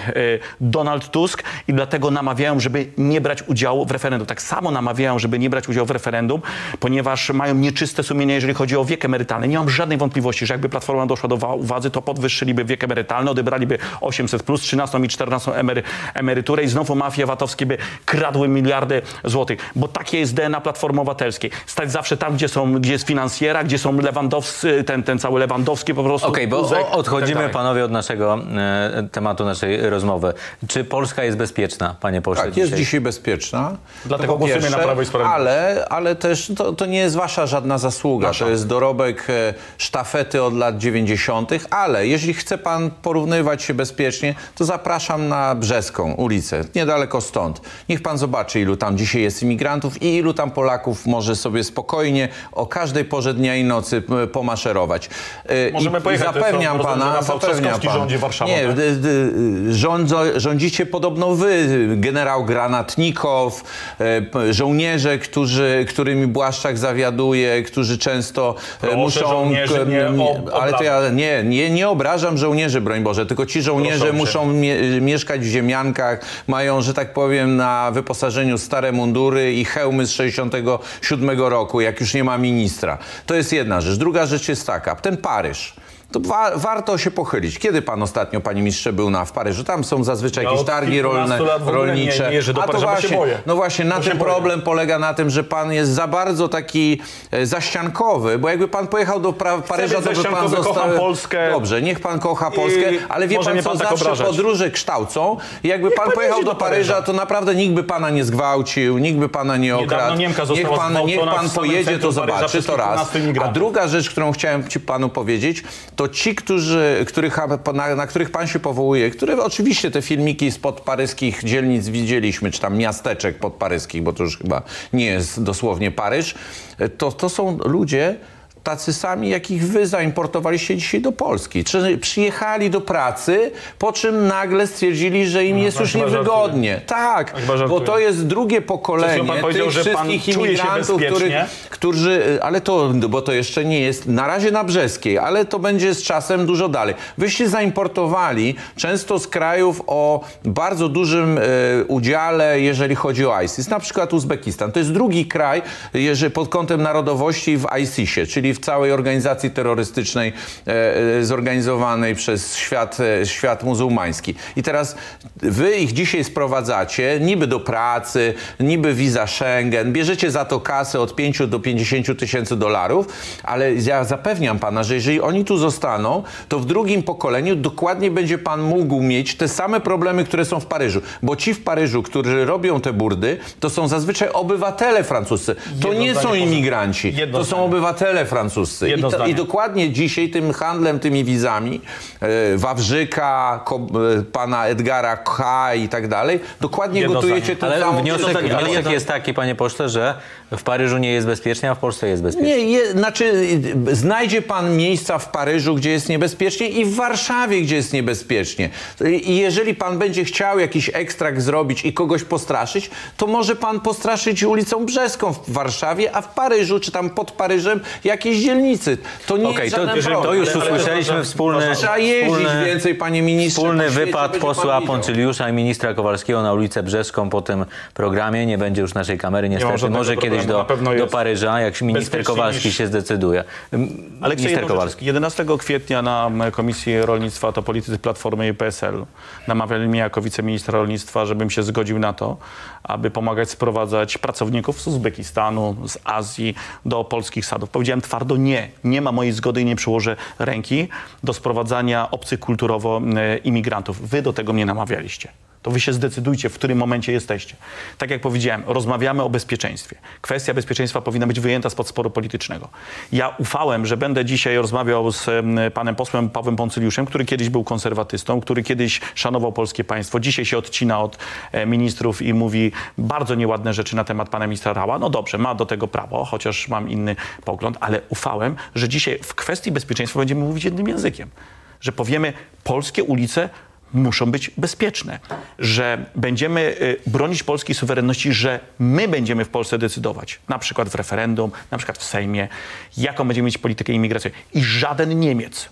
Donald Tusk i dlatego namawiają, żeby nie brać udziału w referendum. Tak samo namawiają, żeby nie brać udziału w referendum, ponieważ mają nieczyste sumienie, jeżeli chodzi o wiek emerytalny. Nie mam żadnej wątpliwości, że jakby Platforma doszła do władzy, to podwyższyliby wiek emerytalny, odebraliby osiemset plus, trzynastą i czternastą emery, emeryturę i znowu mafie VAT-owskie by kradły miliardy złotych. Bo takie jest D N A Platformy Obywatelskiej. Stać zawsze tam, gdzie, są, gdzie jest finansjera, gdzie są Lewandowscy, ten, ten cały Lewandowski po prostu. Okej, okay, bo Buzek, odchodzimy tak panowie od naszego e, tematu naszej rozmowy. Czy Polska jest bezpieczna, panie pośle? Tak, jest dzisiaj bezpieczna. Dlatego głosujemy na Prawo i Sprawiedliwość. Ale, ale też to, to nie jest wasza żadna zasługa. Nasza. To jest dorobek e, sztafety od lat dziewięćdziesiątych. Ale jeśli chce pan porównywać się bezpiecznie, to zapraszam na Brzeską ulicę, niedaleko stąd. Niech pan zobaczy, ilu tam dzisiaj jest imigrantów i ilu tam Polaków może sobie spokojnie o każdej porze dnia i nocy pomaszerować. E, Możemy I pojechać, zapewniam to, pana, zapewniam pan. rządzi Warszawą, nie, tak? d, d, rządzo, rządzicie podobno wy, generał Granatnikow, e, żołnierze, którzy, którymi Błaszczak zawiaduje, którzy często Proszę muszą... Nie ob, ale to ja nie, nie, nie obrażam żołnierzy, broń Boże, tylko ci żołnierze Proszę muszą mie mieszkać w ziemiankach, mają, że tak powiem, na wyposażeniu stare mundury i hełmy z sześćdziesiątego siódmego roku, jak już nie ma ministra. To jest jedna rzecz. Druga rzecz jest taka, ten Paryż. To wa warto się pochylić. Kiedy pan ostatnio, panie ministrze, był na, w Paryżu? Tam są zazwyczaj ja jakieś targi rolne, rolnicze. Nie, nie, że do A to Paryża, właśnie, się boję. no właśnie, na Bo tym się boję. problem polega na tym, że pan jest za bardzo taki e, zaściankowy, bo jakby pan pojechał do pra Paryża, to by pan został... kocham Polskę. Dobrze, niech pan kocha Polskę, I ale wie może pan, mnie co pan tak zawsze obrażać. podróże kształcą. I jakby pan pan pojechał jeździ do do Paryża, Paryża, to naprawdę nikt by pana nie zgwałcił, nikt by pana nie okradł. Niemka Niech została pan, niech zgwałcona pan w samym pojedzie, to centrum Paryża zobaczy, przez to raz. kilkunastu A imigrantów. druga rzecz, którą chciałem ci panu powiedzieć, to ci, którzy, których, na, na których pan się powołuje, które oczywiście te filmiki spod paryskich dzielnic widzieliśmy, czy tam miasteczek podparyskich, bo to już chyba nie jest dosłownie Paryż, to, to są ludzie tacy sami, jakich wy zaimportowaliście dzisiaj do Polski. Czy przyjechali do pracy, po czym nagle stwierdzili, że im No, jest już niewygodnie. Żartuje. Tak, bo to jest drugie pokolenie pan powiedział, tych że wszystkich pan czuje się imigrantów, których, którzy, ale to, bo to jeszcze nie jest na razie na Brzeskiej, ale to będzie z czasem dużo dalej. Wyście zaimportowali często z krajów o bardzo dużym e, udziale, jeżeli chodzi o ISIS. Na przykład Uzbekistan. To jest drugi kraj jeżeli, pod kątem narodowości w ISISie, czyli w całej organizacji terrorystycznej e, zorganizowanej przez świat, e, świat muzułmański. I teraz wy ich dzisiaj sprowadzacie niby do pracy, niby wiza Schengen, bierzecie za to kasę od pięciu do pięćdziesięciu tysięcy dolarów, ale ja zapewniam pana, że jeżeli oni tu zostaną, to w drugim pokoleniu dokładnie będzie pan mógł mieć te same problemy, które są w Paryżu. Bo ci w Paryżu, którzy robią te burdy, to są zazwyczaj obywatele francuscy. To Jedno nie są zdanie, imigranci. Jedno To są zdanie. obywatele francuscy. francuscy. Jedno I, to, zdanie. I dokładnie dzisiaj tym handlem, tymi wizami e, Wawrzyka, ko, e, pana Edgara K. i tak dalej, dokładnie Jedno gotujecie zdanie. tę Ale samą... wniosek, zdanie, ale wniosek jedno- jest taki, panie pośle, że w Paryżu nie jest bezpiecznie, a w Polsce jest bezpiecznie. Nie, je, znaczy znajdzie pan miejsca w Paryżu, gdzie jest niebezpiecznie i w Warszawie, gdzie jest niebezpiecznie. I jeżeli pan będzie chciał jakiś ekstrakt zrobić i kogoś postraszyć, to może pan postraszyć ulicą Brzeską w Warszawie, a w Paryżu, czy tam pod Paryżem jakiejś dzielnicy. To nie Okej, jest to, żaden problem. to już Ale- ale- usłyszeliśmy ale- wspólny, Trzeba jeździć wspólny, więcej, panie ministrze. wspólny po świecie, wypad będzie pan posła widział. Poncyliusza i ministra Kowalskiego na ulicę Brzeską po tym programie. Nie będzie już naszej kamery, niestety. żadnego Może kiedyś problemu, na do, pewno do jest. Paryża, jak minister Bezpieczniej Kowalski niż- się zdecyduje. Ale chcę Minister jedną Kowalski. rzecz. jedenastego kwietnia na Komisji Rolnictwa to politycy Platformy i P S L namawiali mnie jako wiceministra rolnictwa, żebym się zgodził na to, aby pomagać sprowadzać pracowników z Uzbekistanu, z Azji do polskich sadów. Powiedziałem twardo nie. Nie ma mojej zgody i nie przyłożę ręki do sprowadzania obcych kulturowo e, imigrantów. Wy do tego mnie namawialiście. To wy się zdecydujcie, w którym momencie jesteście. Tak jak powiedziałem, rozmawiamy o bezpieczeństwie. Kwestia bezpieczeństwa powinna być wyjęta spod sporu politycznego. Ja ufałem, że będę dzisiaj rozmawiał z em, panem posłem Pawłem Poncyliuszem, który kiedyś był konserwatystą, który kiedyś szanował polskie państwo. Dzisiaj się odcina od e, ministrów i mówi bardzo nieładne rzeczy na temat pana ministra Rała. No dobrze, ma do tego prawo, chociaż mam inny pogląd, ale ufałem, że dzisiaj w kwestii bezpieczeństwa będziemy mówić jednym językiem. Że powiemy, polskie ulice muszą być bezpieczne, że będziemy y, bronić polskiej suwerenności, że my będziemy w Polsce decydować, na przykład w referendum, na przykład w Sejmie, jaką będziemy mieć politykę imigracyjną. I żaden Niemiec,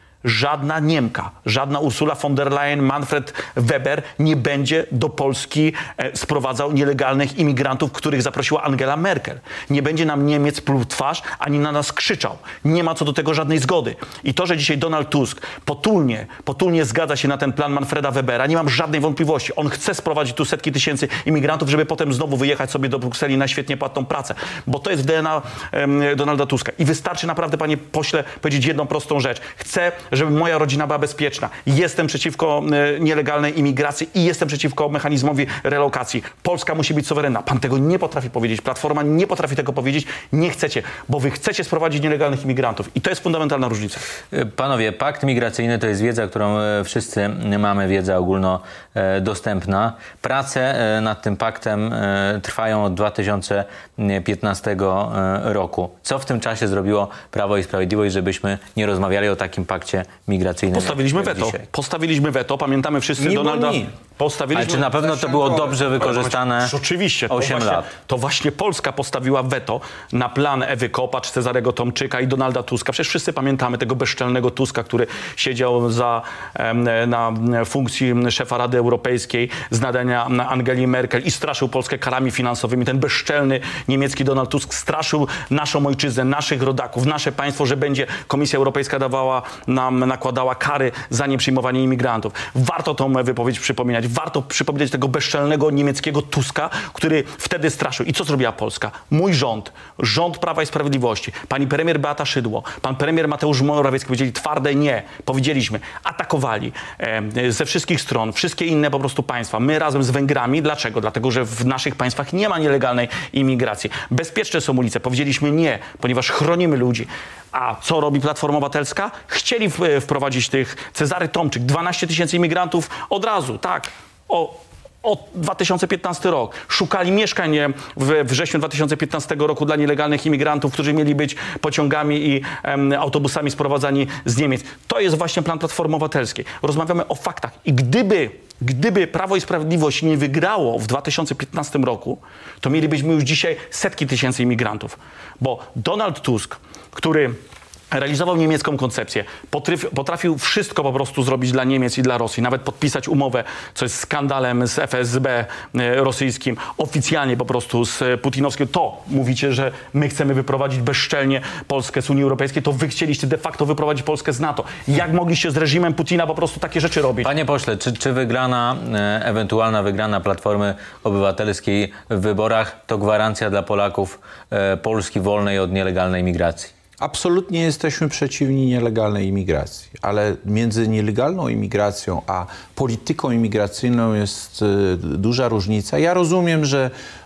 żadna Niemka, żadna Ursula von der Leyen, Manfred Weber nie będzie do Polski e, sprowadzał nielegalnych imigrantów, których zaprosiła Angela Merkel. Nie będzie nam Niemiec pluł w twarz, ani na nas krzyczał. Nie ma co do tego żadnej zgody. I to, że dzisiaj Donald Tusk potulnie, potulnie zgadza się na ten plan Manfreda Webera, nie mam żadnej wątpliwości. On chce sprowadzić tu setki tysięcy imigrantów, żeby potem znowu wyjechać sobie do Brukseli na świetnie płatną pracę. Bo to jest w D N A em, Donalda Tuska. I wystarczy naprawdę, panie pośle, powiedzieć jedną prostą rzecz. Chcę, żeby moja rodzina była bezpieczna. Jestem przeciwko e, nielegalnej imigracji i jestem przeciwko mechanizmowi relokacji. Polska musi być suwerenna. Pan tego nie potrafi powiedzieć. Platforma nie potrafi tego powiedzieć. Nie chcecie, bo wy chcecie sprowadzić nielegalnych imigrantów. I to jest fundamentalna różnica. Panowie, pakt migracyjny to jest wiedza, którą e, wszyscy mamy, wiedza ogólnodostępna. Prace e, nad tym paktem e, trwają od dwa tysiące piętnastego e, roku. Co w tym czasie zrobiło Prawo i Sprawiedliwość, żebyśmy nie rozmawiali o takim pakcie migracyjnym? Postawiliśmy jak weto. dzisiaj? Postawiliśmy weto. Pamiętamy wszyscy Ni bo Donalda. ni. Postawiliśmy... Ale czy na pewno to było dobrze wykorzystane? Oczywiście. To osiem właśnie, lat. To właśnie Polska postawiła weto na plan Ewy Kopacz, Cezarego Tomczyka i Donalda Tuska. Przecież wszyscy pamiętamy tego bezczelnego Tuska, który siedział za, em, na funkcji szefa Rady Europejskiej z nadania Angeli Merkel i straszył Polskę karami finansowymi. Ten bezczelny niemiecki Donald Tusk straszył naszą ojczyznę, naszych rodaków, nasze państwo, że będzie Komisja Europejska dawała nam, nakładała kary za nieprzyjmowanie imigrantów. Warto tą wypowiedź przypominać. Warto przypominać tego bezczelnego niemieckiego Tuska, który wtedy straszył. I co zrobiła Polska? Mój rząd, rząd Prawa i Sprawiedliwości, pani premier Beata Szydło, pan premier Mateusz Morawiecki powiedzieli twarde nie. Powiedzieliśmy, atakowali e, ze wszystkich stron, wszystkie inne po prostu państwa. My razem z Węgrami. Dlaczego? Dlatego, że w naszych państwach nie ma nielegalnej imigracji. Bezpieczne są ulice. Powiedzieliśmy nie, ponieważ chronimy ludzi. A co robi Platforma Obywatelska? Chcieli w, wprowadzić tych Cezary Tomczyk, dwanaście tysięcy imigrantów od razu, tak, o, o dwa tysiące piętnasty rok. Szukali mieszkań w wrześniu dwa tysiące piętnastego roku dla nielegalnych imigrantów, którzy mieli być pociągami i em, autobusami sprowadzani z Niemiec. To jest właśnie plan Platformy Obywatelskiej. Rozmawiamy o faktach i gdyby Gdyby Prawo i Sprawiedliwość nie wygrało w dwa tysiące piętnastym roku, to mielibyśmy już dzisiaj setki tysięcy imigrantów. Bo Donald Tusk, który realizował niemiecką koncepcję, potrafił, potrafił wszystko po prostu zrobić dla Niemiec i dla Rosji, nawet podpisać umowę, co jest skandalem z F S B rosyjskim, oficjalnie po prostu z putinowskim. To mówicie, że my chcemy wyprowadzić bezczelnie Polskę z Unii Europejskiej, to wy chcieliście de facto wyprowadzić Polskę z NATO. Jak mogliście z reżimem Putina po prostu takie rzeczy robić? Panie pośle, czy, czy wygrana, e, ewentualna wygrana Platformy Obywatelskiej w wyborach to gwarancja dla Polaków e, Polski wolnej od nielegalnej migracji? Absolutnie jesteśmy przeciwni nielegalnej imigracji, ale między nielegalną imigracją a polityką imigracyjną jest y, duża różnica. Ja rozumiem, że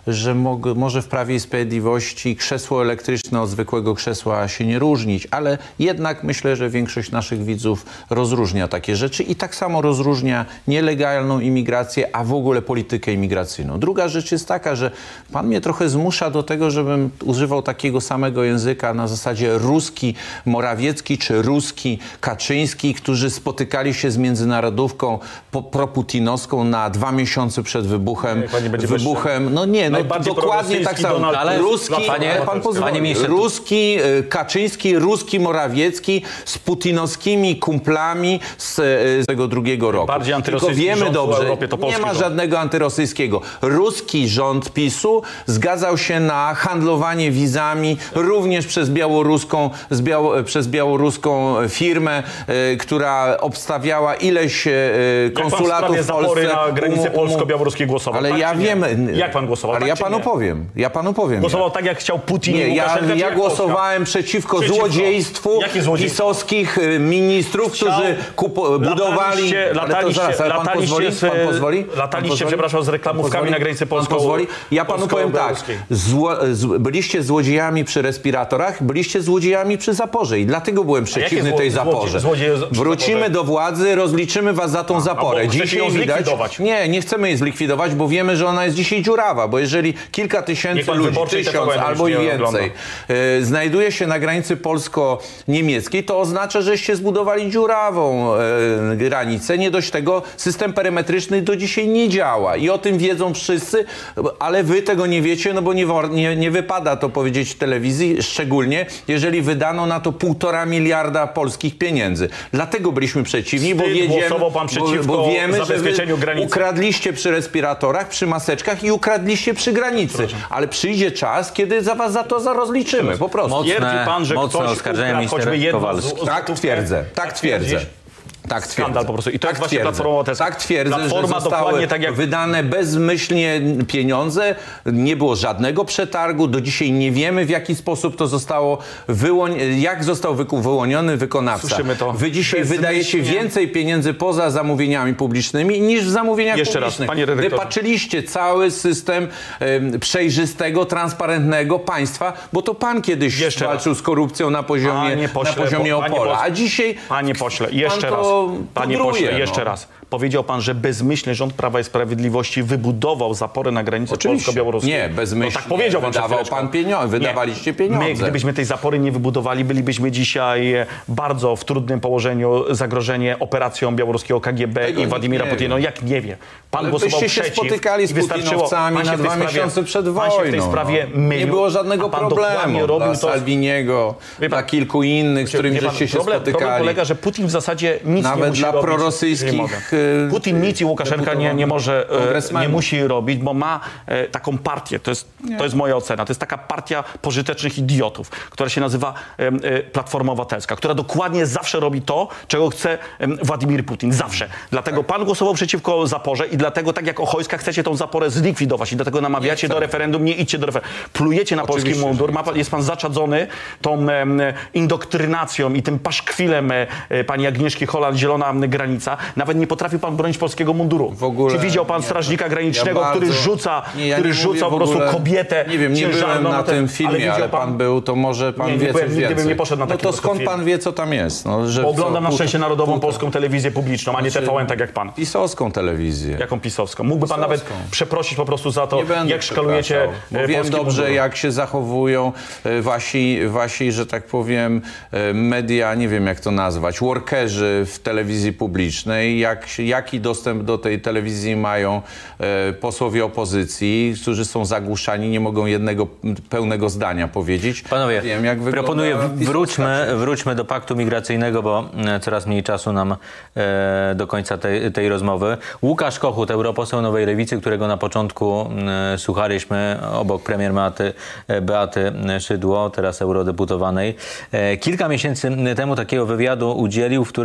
że mo- może w Prawie i Sprawiedliwości krzesło elektryczne od zwykłego krzesła się nie różnić, ale jednak myślę, że większość naszych widzów rozróżnia takie rzeczy i tak samo rozróżnia nielegalną imigrację, a w ogóle politykę imigracyjną. Druga rzecz jest taka, że pan mnie trochę zmusza do tego, żebym używał takiego samego języka na zasadzie ruski Morawiecki czy ruski Kaczyński, którzy spotykali się z międzynarodówką po, proputinowską na dwa miesiące przed wybuchem. Nie, wybuchem no nie, no dokładnie tak samo. Ale ruski, panie, pan pozwoli, panie ministrze, ruski Kaczyński, ruski Morawiecki z putinowskimi kumplami z, z tego drugiego roku. Bardziej Tylko wiemy dobrze, Europie, to nie ma rząd. żadnego antyrosyjskiego. Ruski rząd PiSu zgadzał się na handlowanie wizami również przez białoruską, z biało, przez białoruską firmę, y, która obstawiała ileś y, konsulatów w Polsce. Na granicy polsko-białoruskiej głosował. Ale tak, ja wiem. Jak pan głosował? Ale tak, ja panu nie? powiem. Ja panu powiem. Głosował tak, jak chciał Putin. Nie, i ja, Łukaszenka, ja jak głosowałem przeciwko, przeciwko złodziejstwu pisowskich ministrów, Chciał, którzy kupo, budowali... Lataliście, lataliście, ale to zaraz, ale pan pozwoli? z, Pan pozwoli? lataliście, przepraszam, z reklamówkami na granicy polsko pozwoli? Ja panu powiem tak. Zło, z, byliście złodziejami przy respiratorach, byliście złodziejami przy zaporze i dlatego byłem przeciwny zło, tej zaporze. Złodzie, złodzie Wrócimy zaporze? do władzy, rozliczymy was za tą A, zaporę. Dzisiaj ją widać... Nie, nie chcemy jej zlikwidować, bo wiemy, że ona jest dzisiaj dziurawą, bo jeżeli kilka tysięcy ludzi, tysiąc albo i więcej y, znajduje się na granicy polsko-niemieckiej, to oznacza, żeście zbudowali dziurawą y, granicę. Nie dość tego, system perymetryczny do dzisiaj nie działa i o tym wiedzą wszyscy, ale wy tego nie wiecie, no bo nie, nie, nie wypada to powiedzieć w telewizji, szczególnie jeżeli wydano na to półtora miliarda polskich pieniędzy. Dlatego byliśmy przeciwni, bo, wiedziemy, pan przeciwko bo, bo wiemy, że wy granicy. ukradliście przy respiratorach, przy maseczkach i ukradliście przy granicy. Proszę. Ale przyjdzie czas, kiedy za was za to za rozliczymy. Po prostu. Mocne, pan, że mocne oskarżenia minister Kowalski. Tak twierdzę, tak twierdzę. Tak twierdzę. Skandal po prostu. I to tak jest właśnie twierdzę. Platforma Obywatelska. Tak twierdzę, Platforma że zostały dokładnie tak jak... wydane bezmyślnie pieniądze. Nie było żadnego przetargu. Do dzisiaj nie wiemy, w jaki sposób to zostało wyłonione, jak został wyku- wyłoniony wykonawca. Słyszymy to. Wy dzisiaj Bezmyślnie. wydajecie więcej pieniędzy poza zamówieniami publicznymi niż w zamówieniach Jeszcze publicznych. raz, panie redaktorze. Wypaczyliście cały system um, przejrzystego, transparentnego państwa, bo to pan kiedyś Jeszcze walczył raz. z korupcją na poziomie, Panie pośle, na poziomie po- panie Opola. pośle, A dzisiaj Panie pośle, jeszcze pan raz. to Panie pudruje, pośle, jeszcze no. raz. Powiedział pan, że bezmyślny rząd Prawa i Sprawiedliwości wybudował zapory na granicy polsko-białoruskiej. Nie, bezmyślnie. No tak powiedział pan przed Wydawał chwileczką. pan pieniądze, wydawaliście Nie. pieniądze. My, gdybyśmy tej zapory nie wybudowali, bylibyśmy dzisiaj bardzo w trudnym położeniu, zagrożenie operacją białoruskiego K G B Tego i Władimira nie Putina. No wie. jak nie wie? Pan Ale głosował byście się przeciw. spotykali z i wystarczyło- putinowcami pan się na w tej dwa sprawie- miesiące przed Pan się w tej wojną, sprawie no. mylił. Nie było żadnego a pan problemu dokładnie robił dla to... Salviniego, Wie pan- dla kilku innych, z którymi Wie pan, żeście się problem, spotykali. Problem polega, że Putin w zasadzie nic Nawet nie musi dla robić. prorosyjskich, Nie mogę. e, Putin nic i Łukaszenka nie, nie może, e, kongresmenów. nie musi robić, bo ma e, taką partię, to jest, to jest moja ocena, to jest taka partia pożytecznych idiotów, która się nazywa e, e, Platforma Obywatelska, która dokładnie zawsze robi to, czego chce e, Władimir Putin. Zawsze. Dlatego pan głosował przeciwko zaporze i dlatego tak jak Ochojska chcecie tą zaporę zlikwidować i dlatego namawiacie do referendum, nie idźcie do referendum. Plujecie na Oczywiście, polski mundur, ma pan, jest pan zaczadzony tą e, indoktrynacją i tym paszkwilem e, e, pani Agnieszki Holland, zielona granica. Nawet nie potrafił pan bronić polskiego munduru. W ogóle, Czy widział pan nie, strażnika granicznego, ja który bardzo- rzuca, nie, ja który nie rzuca mówię po w prostu ogóle- kobietę Nie wiem, nie byłem ciężarną na ten- tym filmie, widział ale pan był, to może pan Nie, nie wie coś byłem, nigdy więcej. bym nie poszedł na no taki to po prostu skąd film. pan wie, co tam jest? No, że Bo oglądam co, na szczęście pół- Narodową pół- Polską Telewizję Publiczną, a nie Znaczy, T V N, tak jak pan. Pisowską telewizję. Jaką pisowską? Mógłby pan nawet Pisowską. przeprosić po prostu za to, Nie będę jak szkalujecie przepraszał, bo e, wiem polski dobrze, mundur. jak się zachowują e, wasi, wasi, że tak powiem, e, media, nie wiem jak to nazwać, workerzy w telewizji publicznej, jak, się- jaki dostęp do tej telewizji mają e, posłowie opozycji, którzy są zagłuszani, nie mogą jednego pełnego zdania powiedzieć. Panowie, wiem, jak wygląda proponuję, pisowska wróćmy, wróćmy do paktu migracyjnego, bo e, coraz mniej czasu nam e, do końca tej, tej rozmowy. Łukasz Kochut, europoseł Nowej Lewicy, którego na początku e, słuchaliśmy obok premier Beaty, e, Beaty Szydło, teraz eurodeputowanej. E, kilka miesięcy temu takiego wywiadu udzielił, w którym e,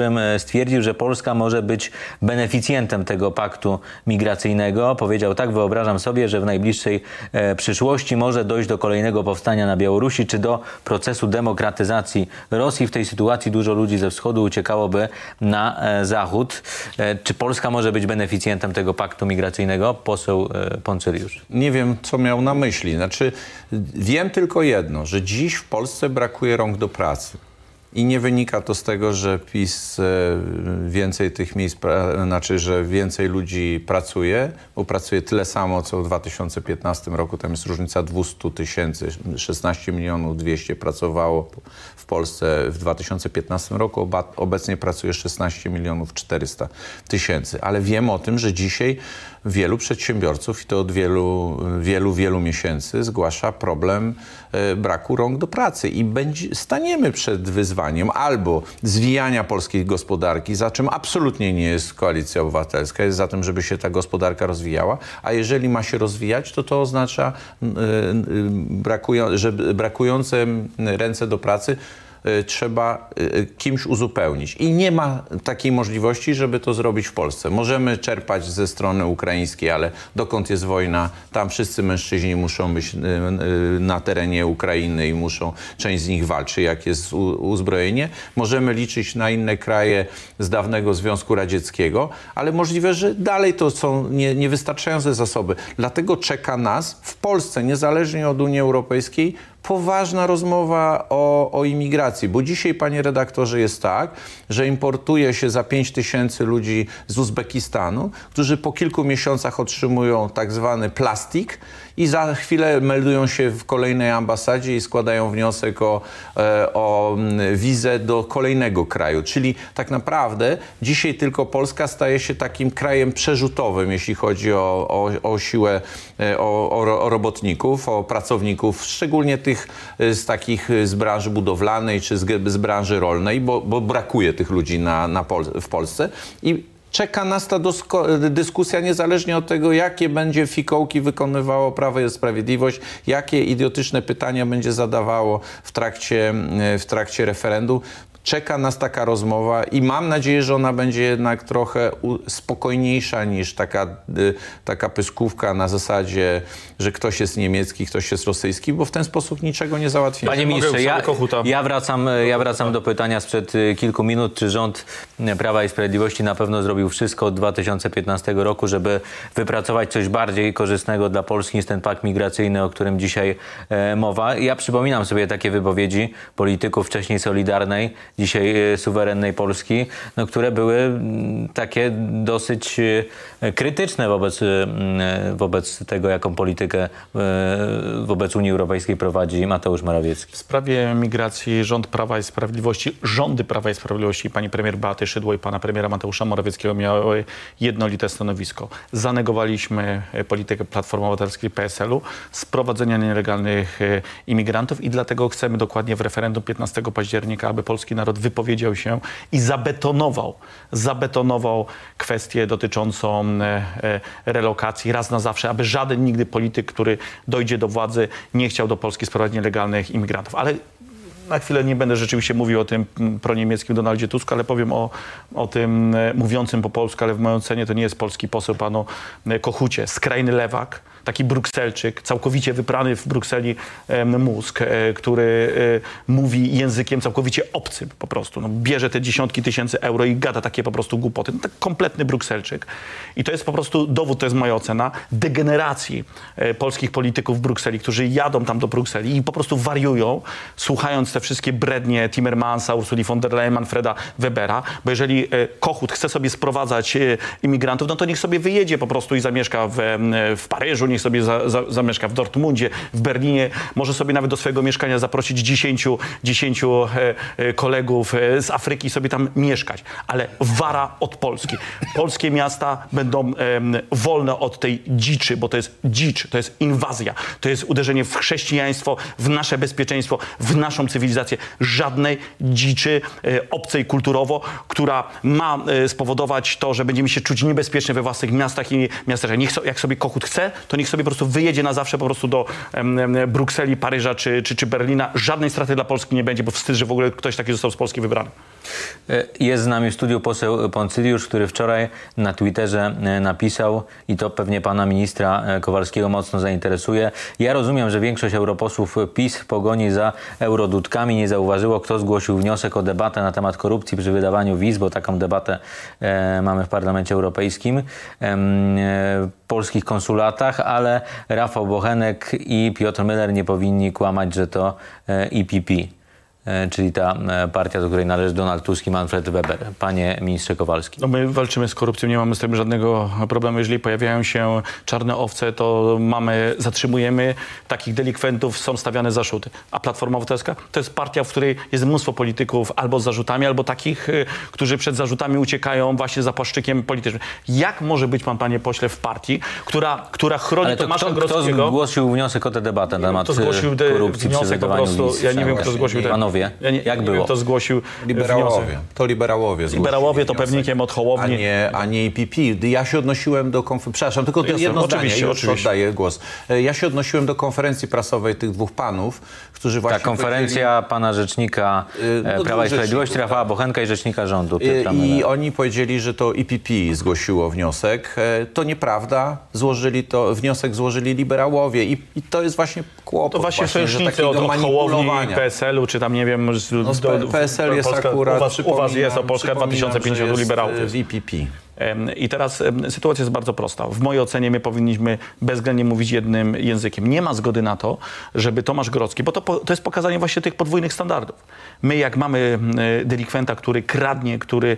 stwierdził, że Polska może być beneficjentem tego paktu migracyjnego. Powiedział tak: wyobrażam sobie, że w najbliższej e, przyszłości może dojść do kolejnego powstania na Białorusi, czy do procesu demokratyzacji Rosji. W tej sytuacji dużo ludzi ze wschodu uciekałoby na e, zachód. E, czy Polska może być beneficjentem tego paktu migracyjnego? Poseł e, Poncyliusz. Nie wiem, co miał na myśli. Znaczy, wiem tylko jedno, że dziś w Polsce brakuje rąk do pracy. I nie wynika to z tego, że PiS więcej tych miejsc, znaczy, że więcej ludzi pracuje, bo pracuje tyle samo, co w dwa tysiące piętnastym roku. Tam jest różnica dwieście tysięcy, szesnaście milionów dwieście pracowało w Polsce w dwa tysiące piętnastym roku. Obecnie pracuje szesnaście milionów czterysta tysięcy. Ale wiem o tym, że dzisiaj wielu przedsiębiorców, i to od wielu, wielu, wielu miesięcy, zgłasza problem e, braku rąk do pracy. I będzie, staniemy przed wyzwaniem albo zwijania polskiej gospodarki, za czym absolutnie nie jest Koalicja Obywatelska, jest za tym, żeby się ta gospodarka rozwijała, a jeżeli ma się rozwijać, to to oznacza, e, e, brakują, że brakujące ręce do pracy trzeba kimś uzupełnić. I nie ma takiej możliwości, żeby to zrobić w Polsce. Możemy czerpać ze strony ukraińskiej, ale dokąd jest wojna, tam wszyscy mężczyźni muszą być na terenie Ukrainy i muszą, część z nich walczy, jak jest uzbrojenie. Możemy liczyć na inne kraje z dawnego Związku Radzieckiego, ale możliwe, że dalej to są nie, niewystarczające zasoby. Dlatego czeka nas w Polsce, niezależnie od Unii Europejskiej, poważna rozmowa o, o imigracji, bo dzisiaj, panie redaktorze, jest tak, że importuje się za pięć tysięcy ludzi z Uzbekistanu, którzy po kilku miesiącach otrzymują tak zwany plastik i za chwilę meldują się w kolejnej ambasadzie i składają wniosek o, o wizę do kolejnego kraju. Czyli tak naprawdę dzisiaj tylko Polska staje się takim krajem przerzutowym, jeśli chodzi o, o, o siłę, o, o, o robotników, o pracowników, szczególnie tych z takich z branży budowlanej czy z, z branży rolnej, bo, bo brakuje tych ludzi na, na Pol w Polsce. I czeka nas ta dyskusja niezależnie od tego, jakie będzie fikołki wykonywało Prawo i Sprawiedliwość, jakie idiotyczne pytania będzie zadawało w trakcie, w trakcie referendum. Czeka nas taka rozmowa i mam nadzieję, że ona będzie jednak trochę spokojniejsza niż taka, taka pyskówka na zasadzie, że ktoś jest niemiecki, ktoś jest rosyjski, bo w ten sposób niczego nie załatwimy. Panie ministrze, ja, ja, wracam, ja wracam do pytania sprzed kilku minut. Czy rząd Prawa i Sprawiedliwości na pewno zrobił wszystko od dwa tysiące piętnastego roku, żeby wypracować coś bardziej korzystnego dla Polski niż ten pakt migracyjny, o którym dzisiaj e, mowa? Ja przypominam sobie takie wypowiedzi polityków wcześniej Solidarnej, dzisiaj suwerennej Polski, no, które były takie dosyć krytyczne wobec, wobec tego, jaką politykę wobec Unii Europejskiej prowadzi Mateusz Morawiecki. W sprawie migracji rząd Prawa i Sprawiedliwości, rządy Prawa i Sprawiedliwości, pani premier Beaty Szydło i pana premiera Mateusza Morawieckiego miały jednolite stanowisko. Zanegowaliśmy politykę Platformy Obywatelskiej P S L-u, sprowadzenia nielegalnych imigrantów i dlatego chcemy dokładnie w referendum piętnastego października, aby polski naród wypowiedział się i zabetonował, zabetonował kwestię dotyczącą e, relokacji raz na zawsze, aby żaden nigdy polityk, który dojdzie do władzy, nie chciał do Polski sprowadzić nielegalnych imigrantów. Ale na chwilę nie będę rzeczywiście mówił o tym proniemieckim Donaldzie Tusku, ale powiem o, o tym e, mówiącym po polsku, ale w mojej ocenie to nie jest polski poseł, panu e, Kochucie, skrajny lewak, taki Brukselczyk, całkowicie wyprany w Brukseli e, mózg, e, który e, mówi językiem całkowicie obcym po prostu. No, bierze te dziesiątki tysięcy euro i gada takie po prostu głupoty. No, tak kompletny Brukselczyk. I to jest po prostu dowód, to jest moja ocena, degeneracji e, polskich polityków w Brukseli, którzy jadą tam do Brukseli i po prostu wariują, słuchając te wszystkie brednie Timmermansa, Ursuli von der Leyen, Manfreda Webera, bo jeżeli e, Kochut chce sobie sprowadzać e, imigrantów, no to niech sobie wyjedzie po prostu i zamieszka w, e, w Paryżu, niech sobie za, za, zamieszka w Dortmundzie, w Berlinie, może sobie nawet do swojego mieszkania zaprosić dziesięciu, dziesięciu e, e, kolegów e, z Afryki i sobie tam mieszkać. Ale wara od Polski. Polskie miasta będą e, wolne od tej dziczy, bo to jest dzicz, to jest inwazja, to jest uderzenie w chrześcijaństwo, w nasze bezpieczeństwo, w naszą cywilizację. Żadnej dziczy e, obcej kulturowo, która ma e, spowodować to, że będziemy się czuć niebezpiecznie we własnych miastach i miastach. Niech so, jak sobie Kochut chce, to niech sobie po prostu wyjedzie na zawsze po prostu do em, Brukseli, Paryża czy, czy, czy Berlina. Żadnej straty dla Polski nie będzie, bo wstyd, że w ogóle ktoś taki został z Polski wybrany. Jest z nami w studiu poseł Poncyliusz, który wczoraj na Twitterze napisał, i to pewnie pana ministra Kowalskiego mocno zainteresuje: ja rozumiem, że większość europosłów PiS w pogoni za eurodudkami nie zauważyło, kto zgłosił wniosek o debatę na temat korupcji przy wydawaniu wiz, bo taką debatę e, mamy w Parlamencie Europejskim, e, w polskich konsulatach, ale Rafał Bochenek i Piotr Müller nie powinni kłamać, że to e, E P P, czyli ta partia, do której należy Donald Tusk i Manfred Weber. Panie ministrze Kowalski. No my walczymy z korupcją, nie mamy z tym żadnego problemu. Jeżeli pojawiają się czarne owce, to mamy, zatrzymujemy takich delikwentów, są stawiane zarzuty. A Platforma Obywatelska to jest partia, w której jest mnóstwo polityków albo z zarzutami, albo takich, którzy przed zarzutami uciekają właśnie za płaszczykiem politycznym. Jak może być pan, panie pośle, w partii, która, która chroni Ale to Tomasza kto, Grodzkiego? Kto zgłosił wniosek o tę debatę na temat Kto zgłosił de, korupcji wniosek przy po wydawaniu prostu, wiz? ja nie wiem, kto zgłosił ten. Panowie, ja nie, jak nie było? wiem, kto zgłosił Liberałowie. wniosek. To liberałowie zgłosili Liberałowie to wniosek, pewnikiem od Hołowni. A nie, a nie E P P. Ja się odnosiłem do konferencji, przepraszam, tylko Jasne, jedno oczywiście, zdanie, już oczywiście. oddaję głos. Ja się odnosiłem do konferencji prasowej tych dwóch panów, którzy właśnie... Ta konferencja powiedzieli, pana rzecznika no, Prawa i Sprawiedliwości, Rafała tak. Bochenka, i rzecznika rządu Piotra I Müllera. oni powiedzieli, że to E P P zgłosiło wniosek. To nieprawda. Złożyli to, wniosek złożyli liberałowie i, i to jest właśnie kłopot. To właśnie właśnie, że sojusznicy od, od Hołowni, P S L u, czy tam nie wiem... Z, no, do, P S L jest Polska, akurat... U was, u was jest, o Polska dwa tysiące pięćdziesiąt liberałów. W E P P. I teraz sytuacja jest bardzo prosta. W mojej ocenie my powinniśmy bezwzględnie mówić jednym językiem. Nie ma zgody na to, żeby Tomasz Grodzki, bo to, to jest pokazanie właśnie tych podwójnych standardów. My jak mamy delikwenta, który kradnie, który,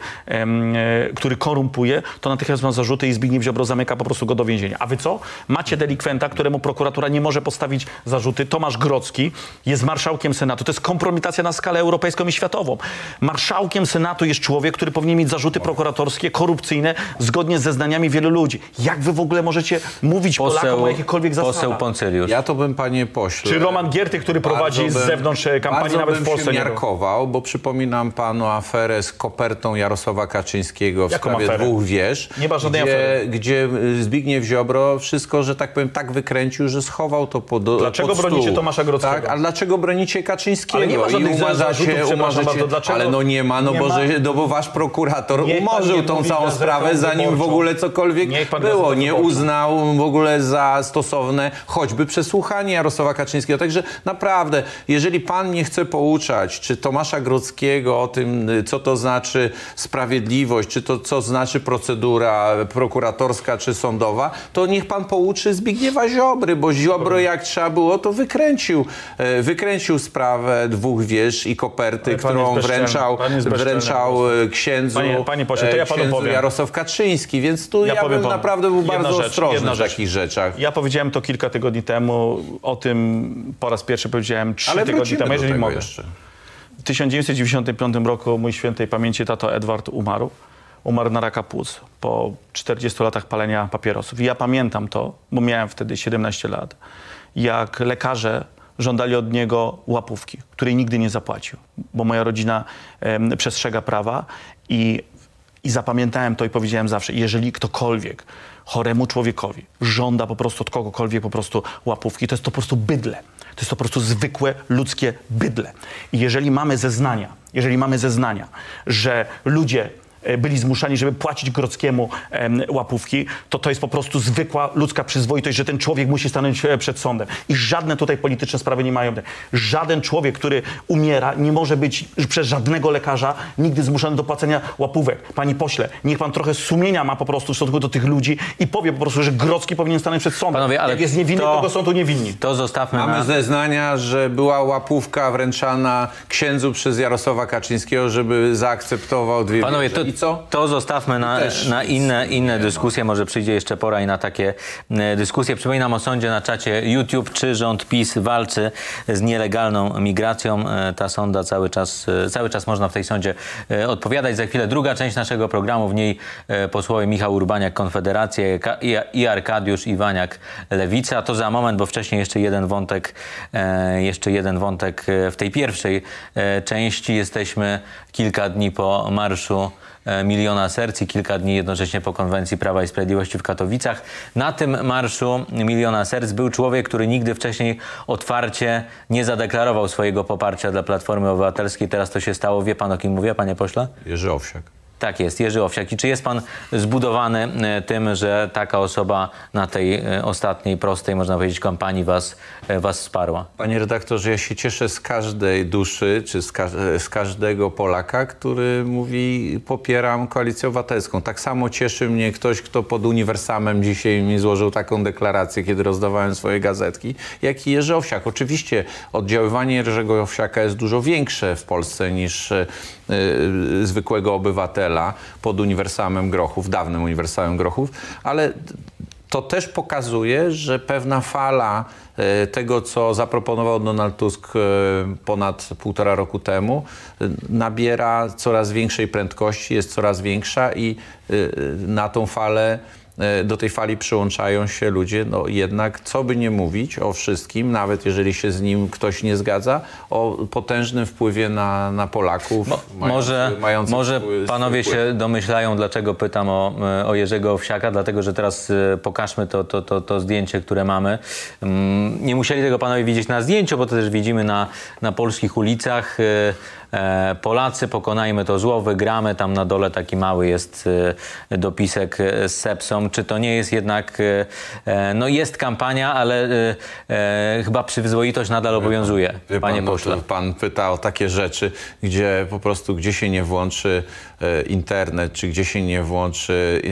który korumpuje, to natychmiast ma zarzuty i Zbigniew Ziobro zamyka po prostu go do więzienia. A wy co? Macie delikwenta, któremu prokuratura nie może postawić zarzuty. Tomasz Grodzki jest marszałkiem Senatu. To jest kompromitacja na skalę europejską i światową. Marszałkiem Senatu jest człowiek, który powinien mieć zarzuty prokuratorskie, korupcyjne, zgodnie z zeznaniami wielu ludzi. Jak wy w ogóle możecie mówić poseł, Polakom o jakichkolwiek zasadach? Poseł Poncyliusz. Ja to bym, panie pośle... Czy Roman Gierty, który prowadzi bym, z zewnątrz kampanii nawet w Polsce, nie miarkował, bo przypominam panu aferę z kopertą Jarosława Kaczyńskiego w Jaką sprawie aferę? dwóch wież. Nie ma żadnej gdzie, afery. Gdzie Zbigniew Ziobro wszystko, że tak powiem, tak wykręcił, że schował to pod stół. Dlaczego bronicie Tomasza Grodzkiego? Tak, a dlaczego bronicie Kaczyńskiego? Ale nie ma żadnych I umarzacie, zarzutów, umarzacie, dlaczego? Ale no nie ma, no, Nie bo, ma. Że, no bo wasz prokurator Niech umorzył tą całą sprawę, zanim w ogóle cokolwiek było. Nie uznał w ogóle za stosowne choćby przesłuchanie Jarosława Kaczyńskiego. Także naprawdę, jeżeli pan nie chce pouczać, czy Tomasza Grodzkiego o tym, co to znaczy sprawiedliwość, czy to co znaczy procedura prokuratorska czy sądowa, to niech pan pouczy Zbigniewa Ziobry, bo Ziobro jak trzeba było, to wykręcił, wykręcił sprawę dwóch wież i koperty, którą wręczał, wręczał księdzu, panie, panie pośle, to ja panu księdzu powiem. Jarosław Kaczyński, więc tu ja, Ja ja bym panu. naprawdę był Jedna bardzo rzecz, ostrożny jedna w rzecz. takich rzeczach. Ja powiedziałem to kilka tygodni temu, o tym po raz pierwszy powiedziałem trzy Ale tygodnie temu, do jeżeli tego mogę. jeszcze. W tysiąc dziewięćset dziewięćdziesiątym piątym roku mój świętej pamięci tato Edward umarł. Umarł na raka płuc po czterdziestu latach palenia papierosów. I ja pamiętam to, bo miałem wtedy siedemnaście lat, jak lekarze żądali od niego łapówki, której nigdy nie zapłacił, bo moja rodzina em, przestrzega prawa i, i zapamiętałem to i powiedziałem zawsze, jeżeli ktokolwiek choremu człowiekowi żąda po prostu od kogokolwiek po prostu łapówki, to jest to po prostu bydlę. To jest to po prostu zwykłe ludzkie bydlę. I jeżeli mamy zeznania, jeżeli mamy zeznania, że ludzie byli zmuszani, żeby płacić Grodzkiemu em, łapówki, to to jest po prostu zwykła ludzka przyzwoitość, że ten człowiek musi stanąć e, przed sądem. I żadne tutaj polityczne sprawy nie mają. Żaden człowiek, który umiera, nie może być przez żadnego lekarza nigdy zmuszony do płacenia łapówek. Panie pośle, niech pan trochę sumienia ma po prostu w stosunku do tych ludzi i powie po prostu, że Grodzki powinien stanąć przed sądem. Panowie, ale jak jest niewinny, to, to go są tu niewinni. To zostawmy Mamy na... zeznania, że była łapówka wręczana księdzu przez Jarosława Kaczyńskiego, żeby zaakceptował dwie Panowie, wieże. to, I co? to zostawmy na, Też na inne, inne nie dyskusje. Może przyjdzie jeszcze pora i na takie e, dyskusje. Przypominam o sądzie na czacie YouTube. Czy rząd PiS walczy z nielegalną migracją? E, ta sonda cały czas, e, cały czas można w tej sądzie e, odpowiadać. Za chwilę druga część naszego programu. W niej e, posłowie Michał Urbaniak, Konfederacja, i, i Arkadiusz Iwaniak, Lewica. To za moment, bo wcześniej jeszcze jeden wątek, e, jeszcze jeden wątek w tej pierwszej e, części. Jesteśmy kilka dni po marszu Miliona Serc i kilka dni jednocześnie po konwencji Prawa i Sprawiedliwości w Katowicach. Na tym marszu Miliona Serc był człowiek, który nigdy wcześniej otwarcie nie zadeklarował swojego poparcia dla Platformy Obywatelskiej. Teraz to się stało. Wie pan, o kim mówię, panie pośle? Jerzy Owsiak. Tak jest, Jerzy Owsiak. I czy jest pan zbudowany tym, że taka osoba na tej ostatniej, prostej, można powiedzieć, kampanii was, was wsparła? Panie redaktorze, ja się cieszę z każdej duszy, czy z, ka z każdego Polaka, który mówi, popieram Koalicję Obywatelską. Tak samo cieszy mnie ktoś, kto pod Uniwersamem dzisiaj mi złożył taką deklarację, kiedy rozdawałem swoje gazetki, jak i Jerzy Owsiak. Oczywiście oddziaływanie Jerzego Owsiaka jest dużo większe w Polsce niż yy, zwykłego obywatela pod Uniwersamem Grochów, dawnym Uniwersamem Grochów, ale to też pokazuje, że pewna fala tego, co zaproponował Donald Tusk ponad półtora roku temu, nabiera coraz większej prędkości, jest coraz większa i na tą falę, do tej fali przyłączają się ludzie, no jednak, co by nie mówić o wszystkim, nawet jeżeli się z nim ktoś nie zgadza, o potężnym wpływie na, na Polaków. Mo mający, może mający może wpływ, panowie wpływ. się domyślają, dlaczego pytam o, o Jerzego Owsiaka, dlatego, że teraz pokażmy to, to, to, to zdjęcie, które mamy. Nie musieli tego panowie widzieć na zdjęciu, bo to też widzimy na, na polskich ulicach. Polacy, pokonajmy to zło, wygramy. Tam na dole taki mały jest dopisek z sepsą. Czy to nie jest jednak, no jest kampania, ale e, chyba przyzwoitość nadal obowiązuje, Wie panie pan, no pośle. Pan pyta o takie rzeczy, gdzie po prostu, gdzie się nie włączy e, internet, czy gdzie się nie włączy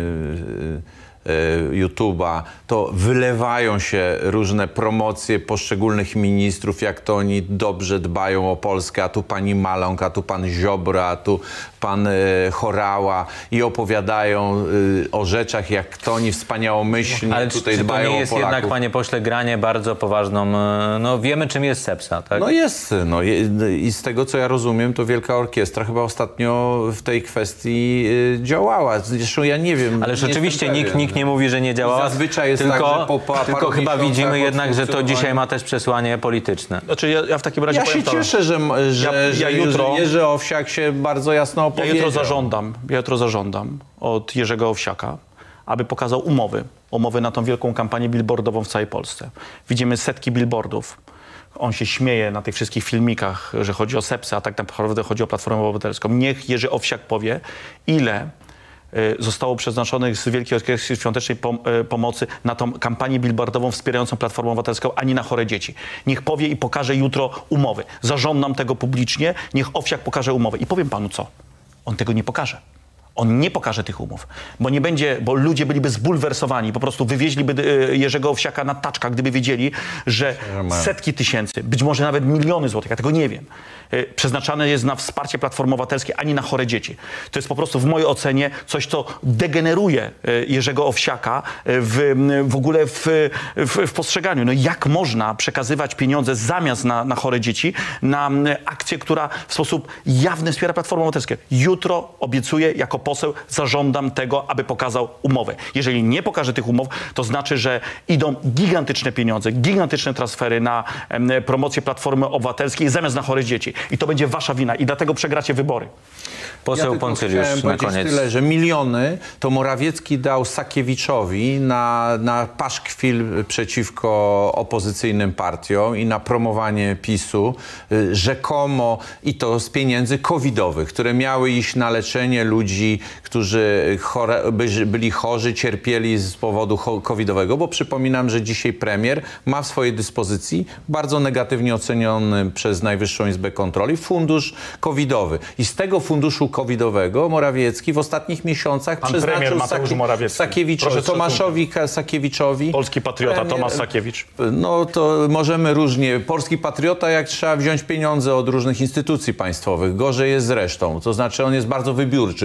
e, YouTube'a, to wylewają się różne promocje poszczególnych ministrów, jak to oni dobrze dbają o Polskę, a tu pani Maląg, a tu pan Ziobro, a tu pan y, Horała i opowiadają y, o rzeczach, jak to oni wspaniałomyślnie Ale tutaj czy dbają to nie jest o Polaków. jednak, panie pośle, granie bardzo poważną, no wiemy, czym jest sepsa, tak? No jest, no i z tego, co ja rozumiem, to Wielka Orkiestra chyba ostatnio w tej kwestii y, działała. Zresztą ja nie wiem. Ale rzeczywiście nikt, nikt nie mówi, że nie działała. Zazwyczaj jest tylko, tak, że po, po tylko paru chyba widzimy jednak, że to funkcjonowania- dzisiaj ma też przesłanie polityczne. Znaczy ja, ja w takim razie Ja powiem się to. cieszę, że, że, Ja- że, ja jutro- że Jerzy Owsiak się bardzo jasno Ja opowiedział. jutro zażądam, ja jutro zażądam od Jerzego Owsiaka, aby pokazał umowy. Umowy na tą wielką kampanię billboardową w całej Polsce. Widzimy setki billboardów. On się śmieje na tych wszystkich filmikach, że chodzi o sepsę, a tak naprawdę chodzi o Platformę Obywatelską. Niech Jerzy Owsiak powie, ile y, zostało przeznaczonych z Wielkiej Orkiestry Świątecznej pom y, Pomocy na tą kampanię billboardową wspierającą Platformę Obywatelską, ani na chore dzieci. Niech powie i pokaże jutro umowy. Zażądam tego publicznie, niech Owsiak pokaże umowy. I powiem panu co, on tego nie pokaże. On nie pokaże tych umów, bo nie będzie, bo ludzie byliby zbulwersowani, po prostu wywieźliby y, Jerzego Owsiaka na taczkach, gdyby wiedzieli, że setki tysięcy, być może nawet miliony złotych, ja tego nie wiem, y, przeznaczane jest na wsparcie Platformy Obywatelskiej, ani na chore dzieci. To jest po prostu w mojej ocenie coś, co degeneruje y, Jerzego Owsiaka y, w, w ogóle w, w, w postrzeganiu. No jak można przekazywać pieniądze zamiast na, na chore dzieci, na y, akcję, która w sposób jawny wspiera Platformę Obywatelską. Jutro obiecuję, jako poseł zażądam tego, aby pokazał umowę. Jeżeli nie pokaże tych umów, to znaczy, że idą gigantyczne pieniądze, gigantyczne transfery na em, promocję Platformy Obywatelskiej zamiast na chore dzieci. I to będzie wasza wina i dlatego przegracie wybory. Poseł tylko Poncyliusz chciałem na powiedzieć koniec. tyle, że miliony to Morawiecki dał Sakiewiczowi na, na paszkwil przeciwko opozycyjnym partiom i na promowanie PiSu, y, rzekomo i to z pieniędzy covidowych, które miały iść na leczenie ludzi, którzy chore, by, byli chorzy, cierpieli z powodu cho- covidowego, bo przypominam, że dzisiaj premier ma w swojej dyspozycji bardzo negatywnie oceniony przez Najwyższą Izbę Kontroli fundusz covidowy. I z tego funduszu covidowego Morawiecki w ostatnich miesiącach Pan przeznaczył premier Mateusz Saki- Morawiecki. Sakiewiczowi, Proszę Tomaszowi Ka- Sakiewiczowi. Polski patriota Premier- Tomasz Sakiewicz. No to możemy różnie. Polski patriota, jak trzeba wziąć pieniądze od różnych instytucji państwowych. Gorzej jest z resztą. To znaczy on jest bardzo wybiórczy w tej swojej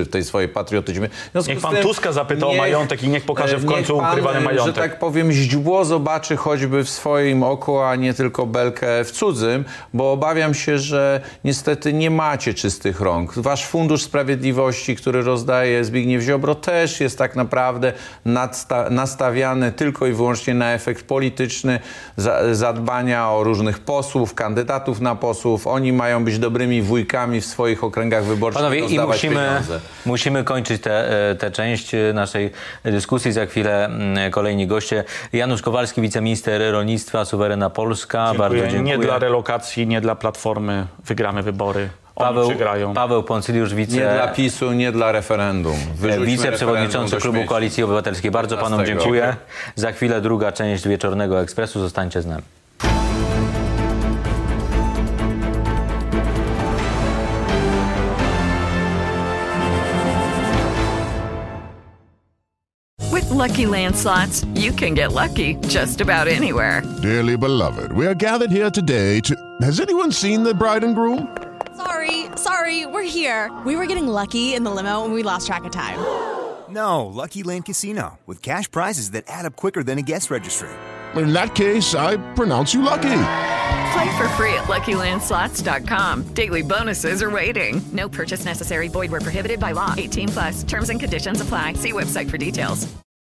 swojej patriotyzmie. Niech pan Tuska zapyta o majątek i niech pokaże w końcu pan, ukrywany majątek. Że tak powiem, źdźbło zobaczy choćby w swoim oku, a nie tylko belkę w cudzym, bo obawiam się, że niestety nie macie czystych rąk. Wasz Fundusz Sprawiedliwości, który rozdaje Zbigniew Ziobro, też jest tak naprawdę nadsta- nastawiany tylko i wyłącznie na efekt polityczny, za- zadbania o różnych posłów, kandydatów na posłów. Oni mają być dobrymi wujkami w swoich okręgach wyborczych. Panowie, i musimy, pieniądze. musimy kończyć tę część naszej dyskusji. Za chwilę kolejni goście. Janusz Kowalski, wiceminister rolnictwa, Suwerena Polska. Dziękuję. Bardzo dziękuję. Nie dla relokacji, nie dla Platformy wygramy wybory. Oni Paweł, przegrają. Paweł Poncyliusz, wice... Nie dla PiSu, nie dla referendum. Wyrzućmy wiceprzewodniczący referendum do Klubu śmieci. Koalicji Obywatelskiej. Bardzo panom szesnastego. dziękuję. Za chwilę druga część Wieczornego Ekspresu. Zostańcie z nami. With Lucky Land Slots, you can get lucky just about anywhere. Dearly beloved, we are gathered here today to... Has anyone seen the bride and groom? Sorry, sorry, we're here. We were getting lucky in the limo and we lost track of time. No, Lucky Land Casino, with cash prizes that add up quicker than a guest registry. In that case, I pronounce you lucky. Play for free at Lucky Land Slots dot com. Daily bonuses are waiting. No purchase necessary. Void where prohibited by law. eighteen plus. Terms and conditions apply. See website for details.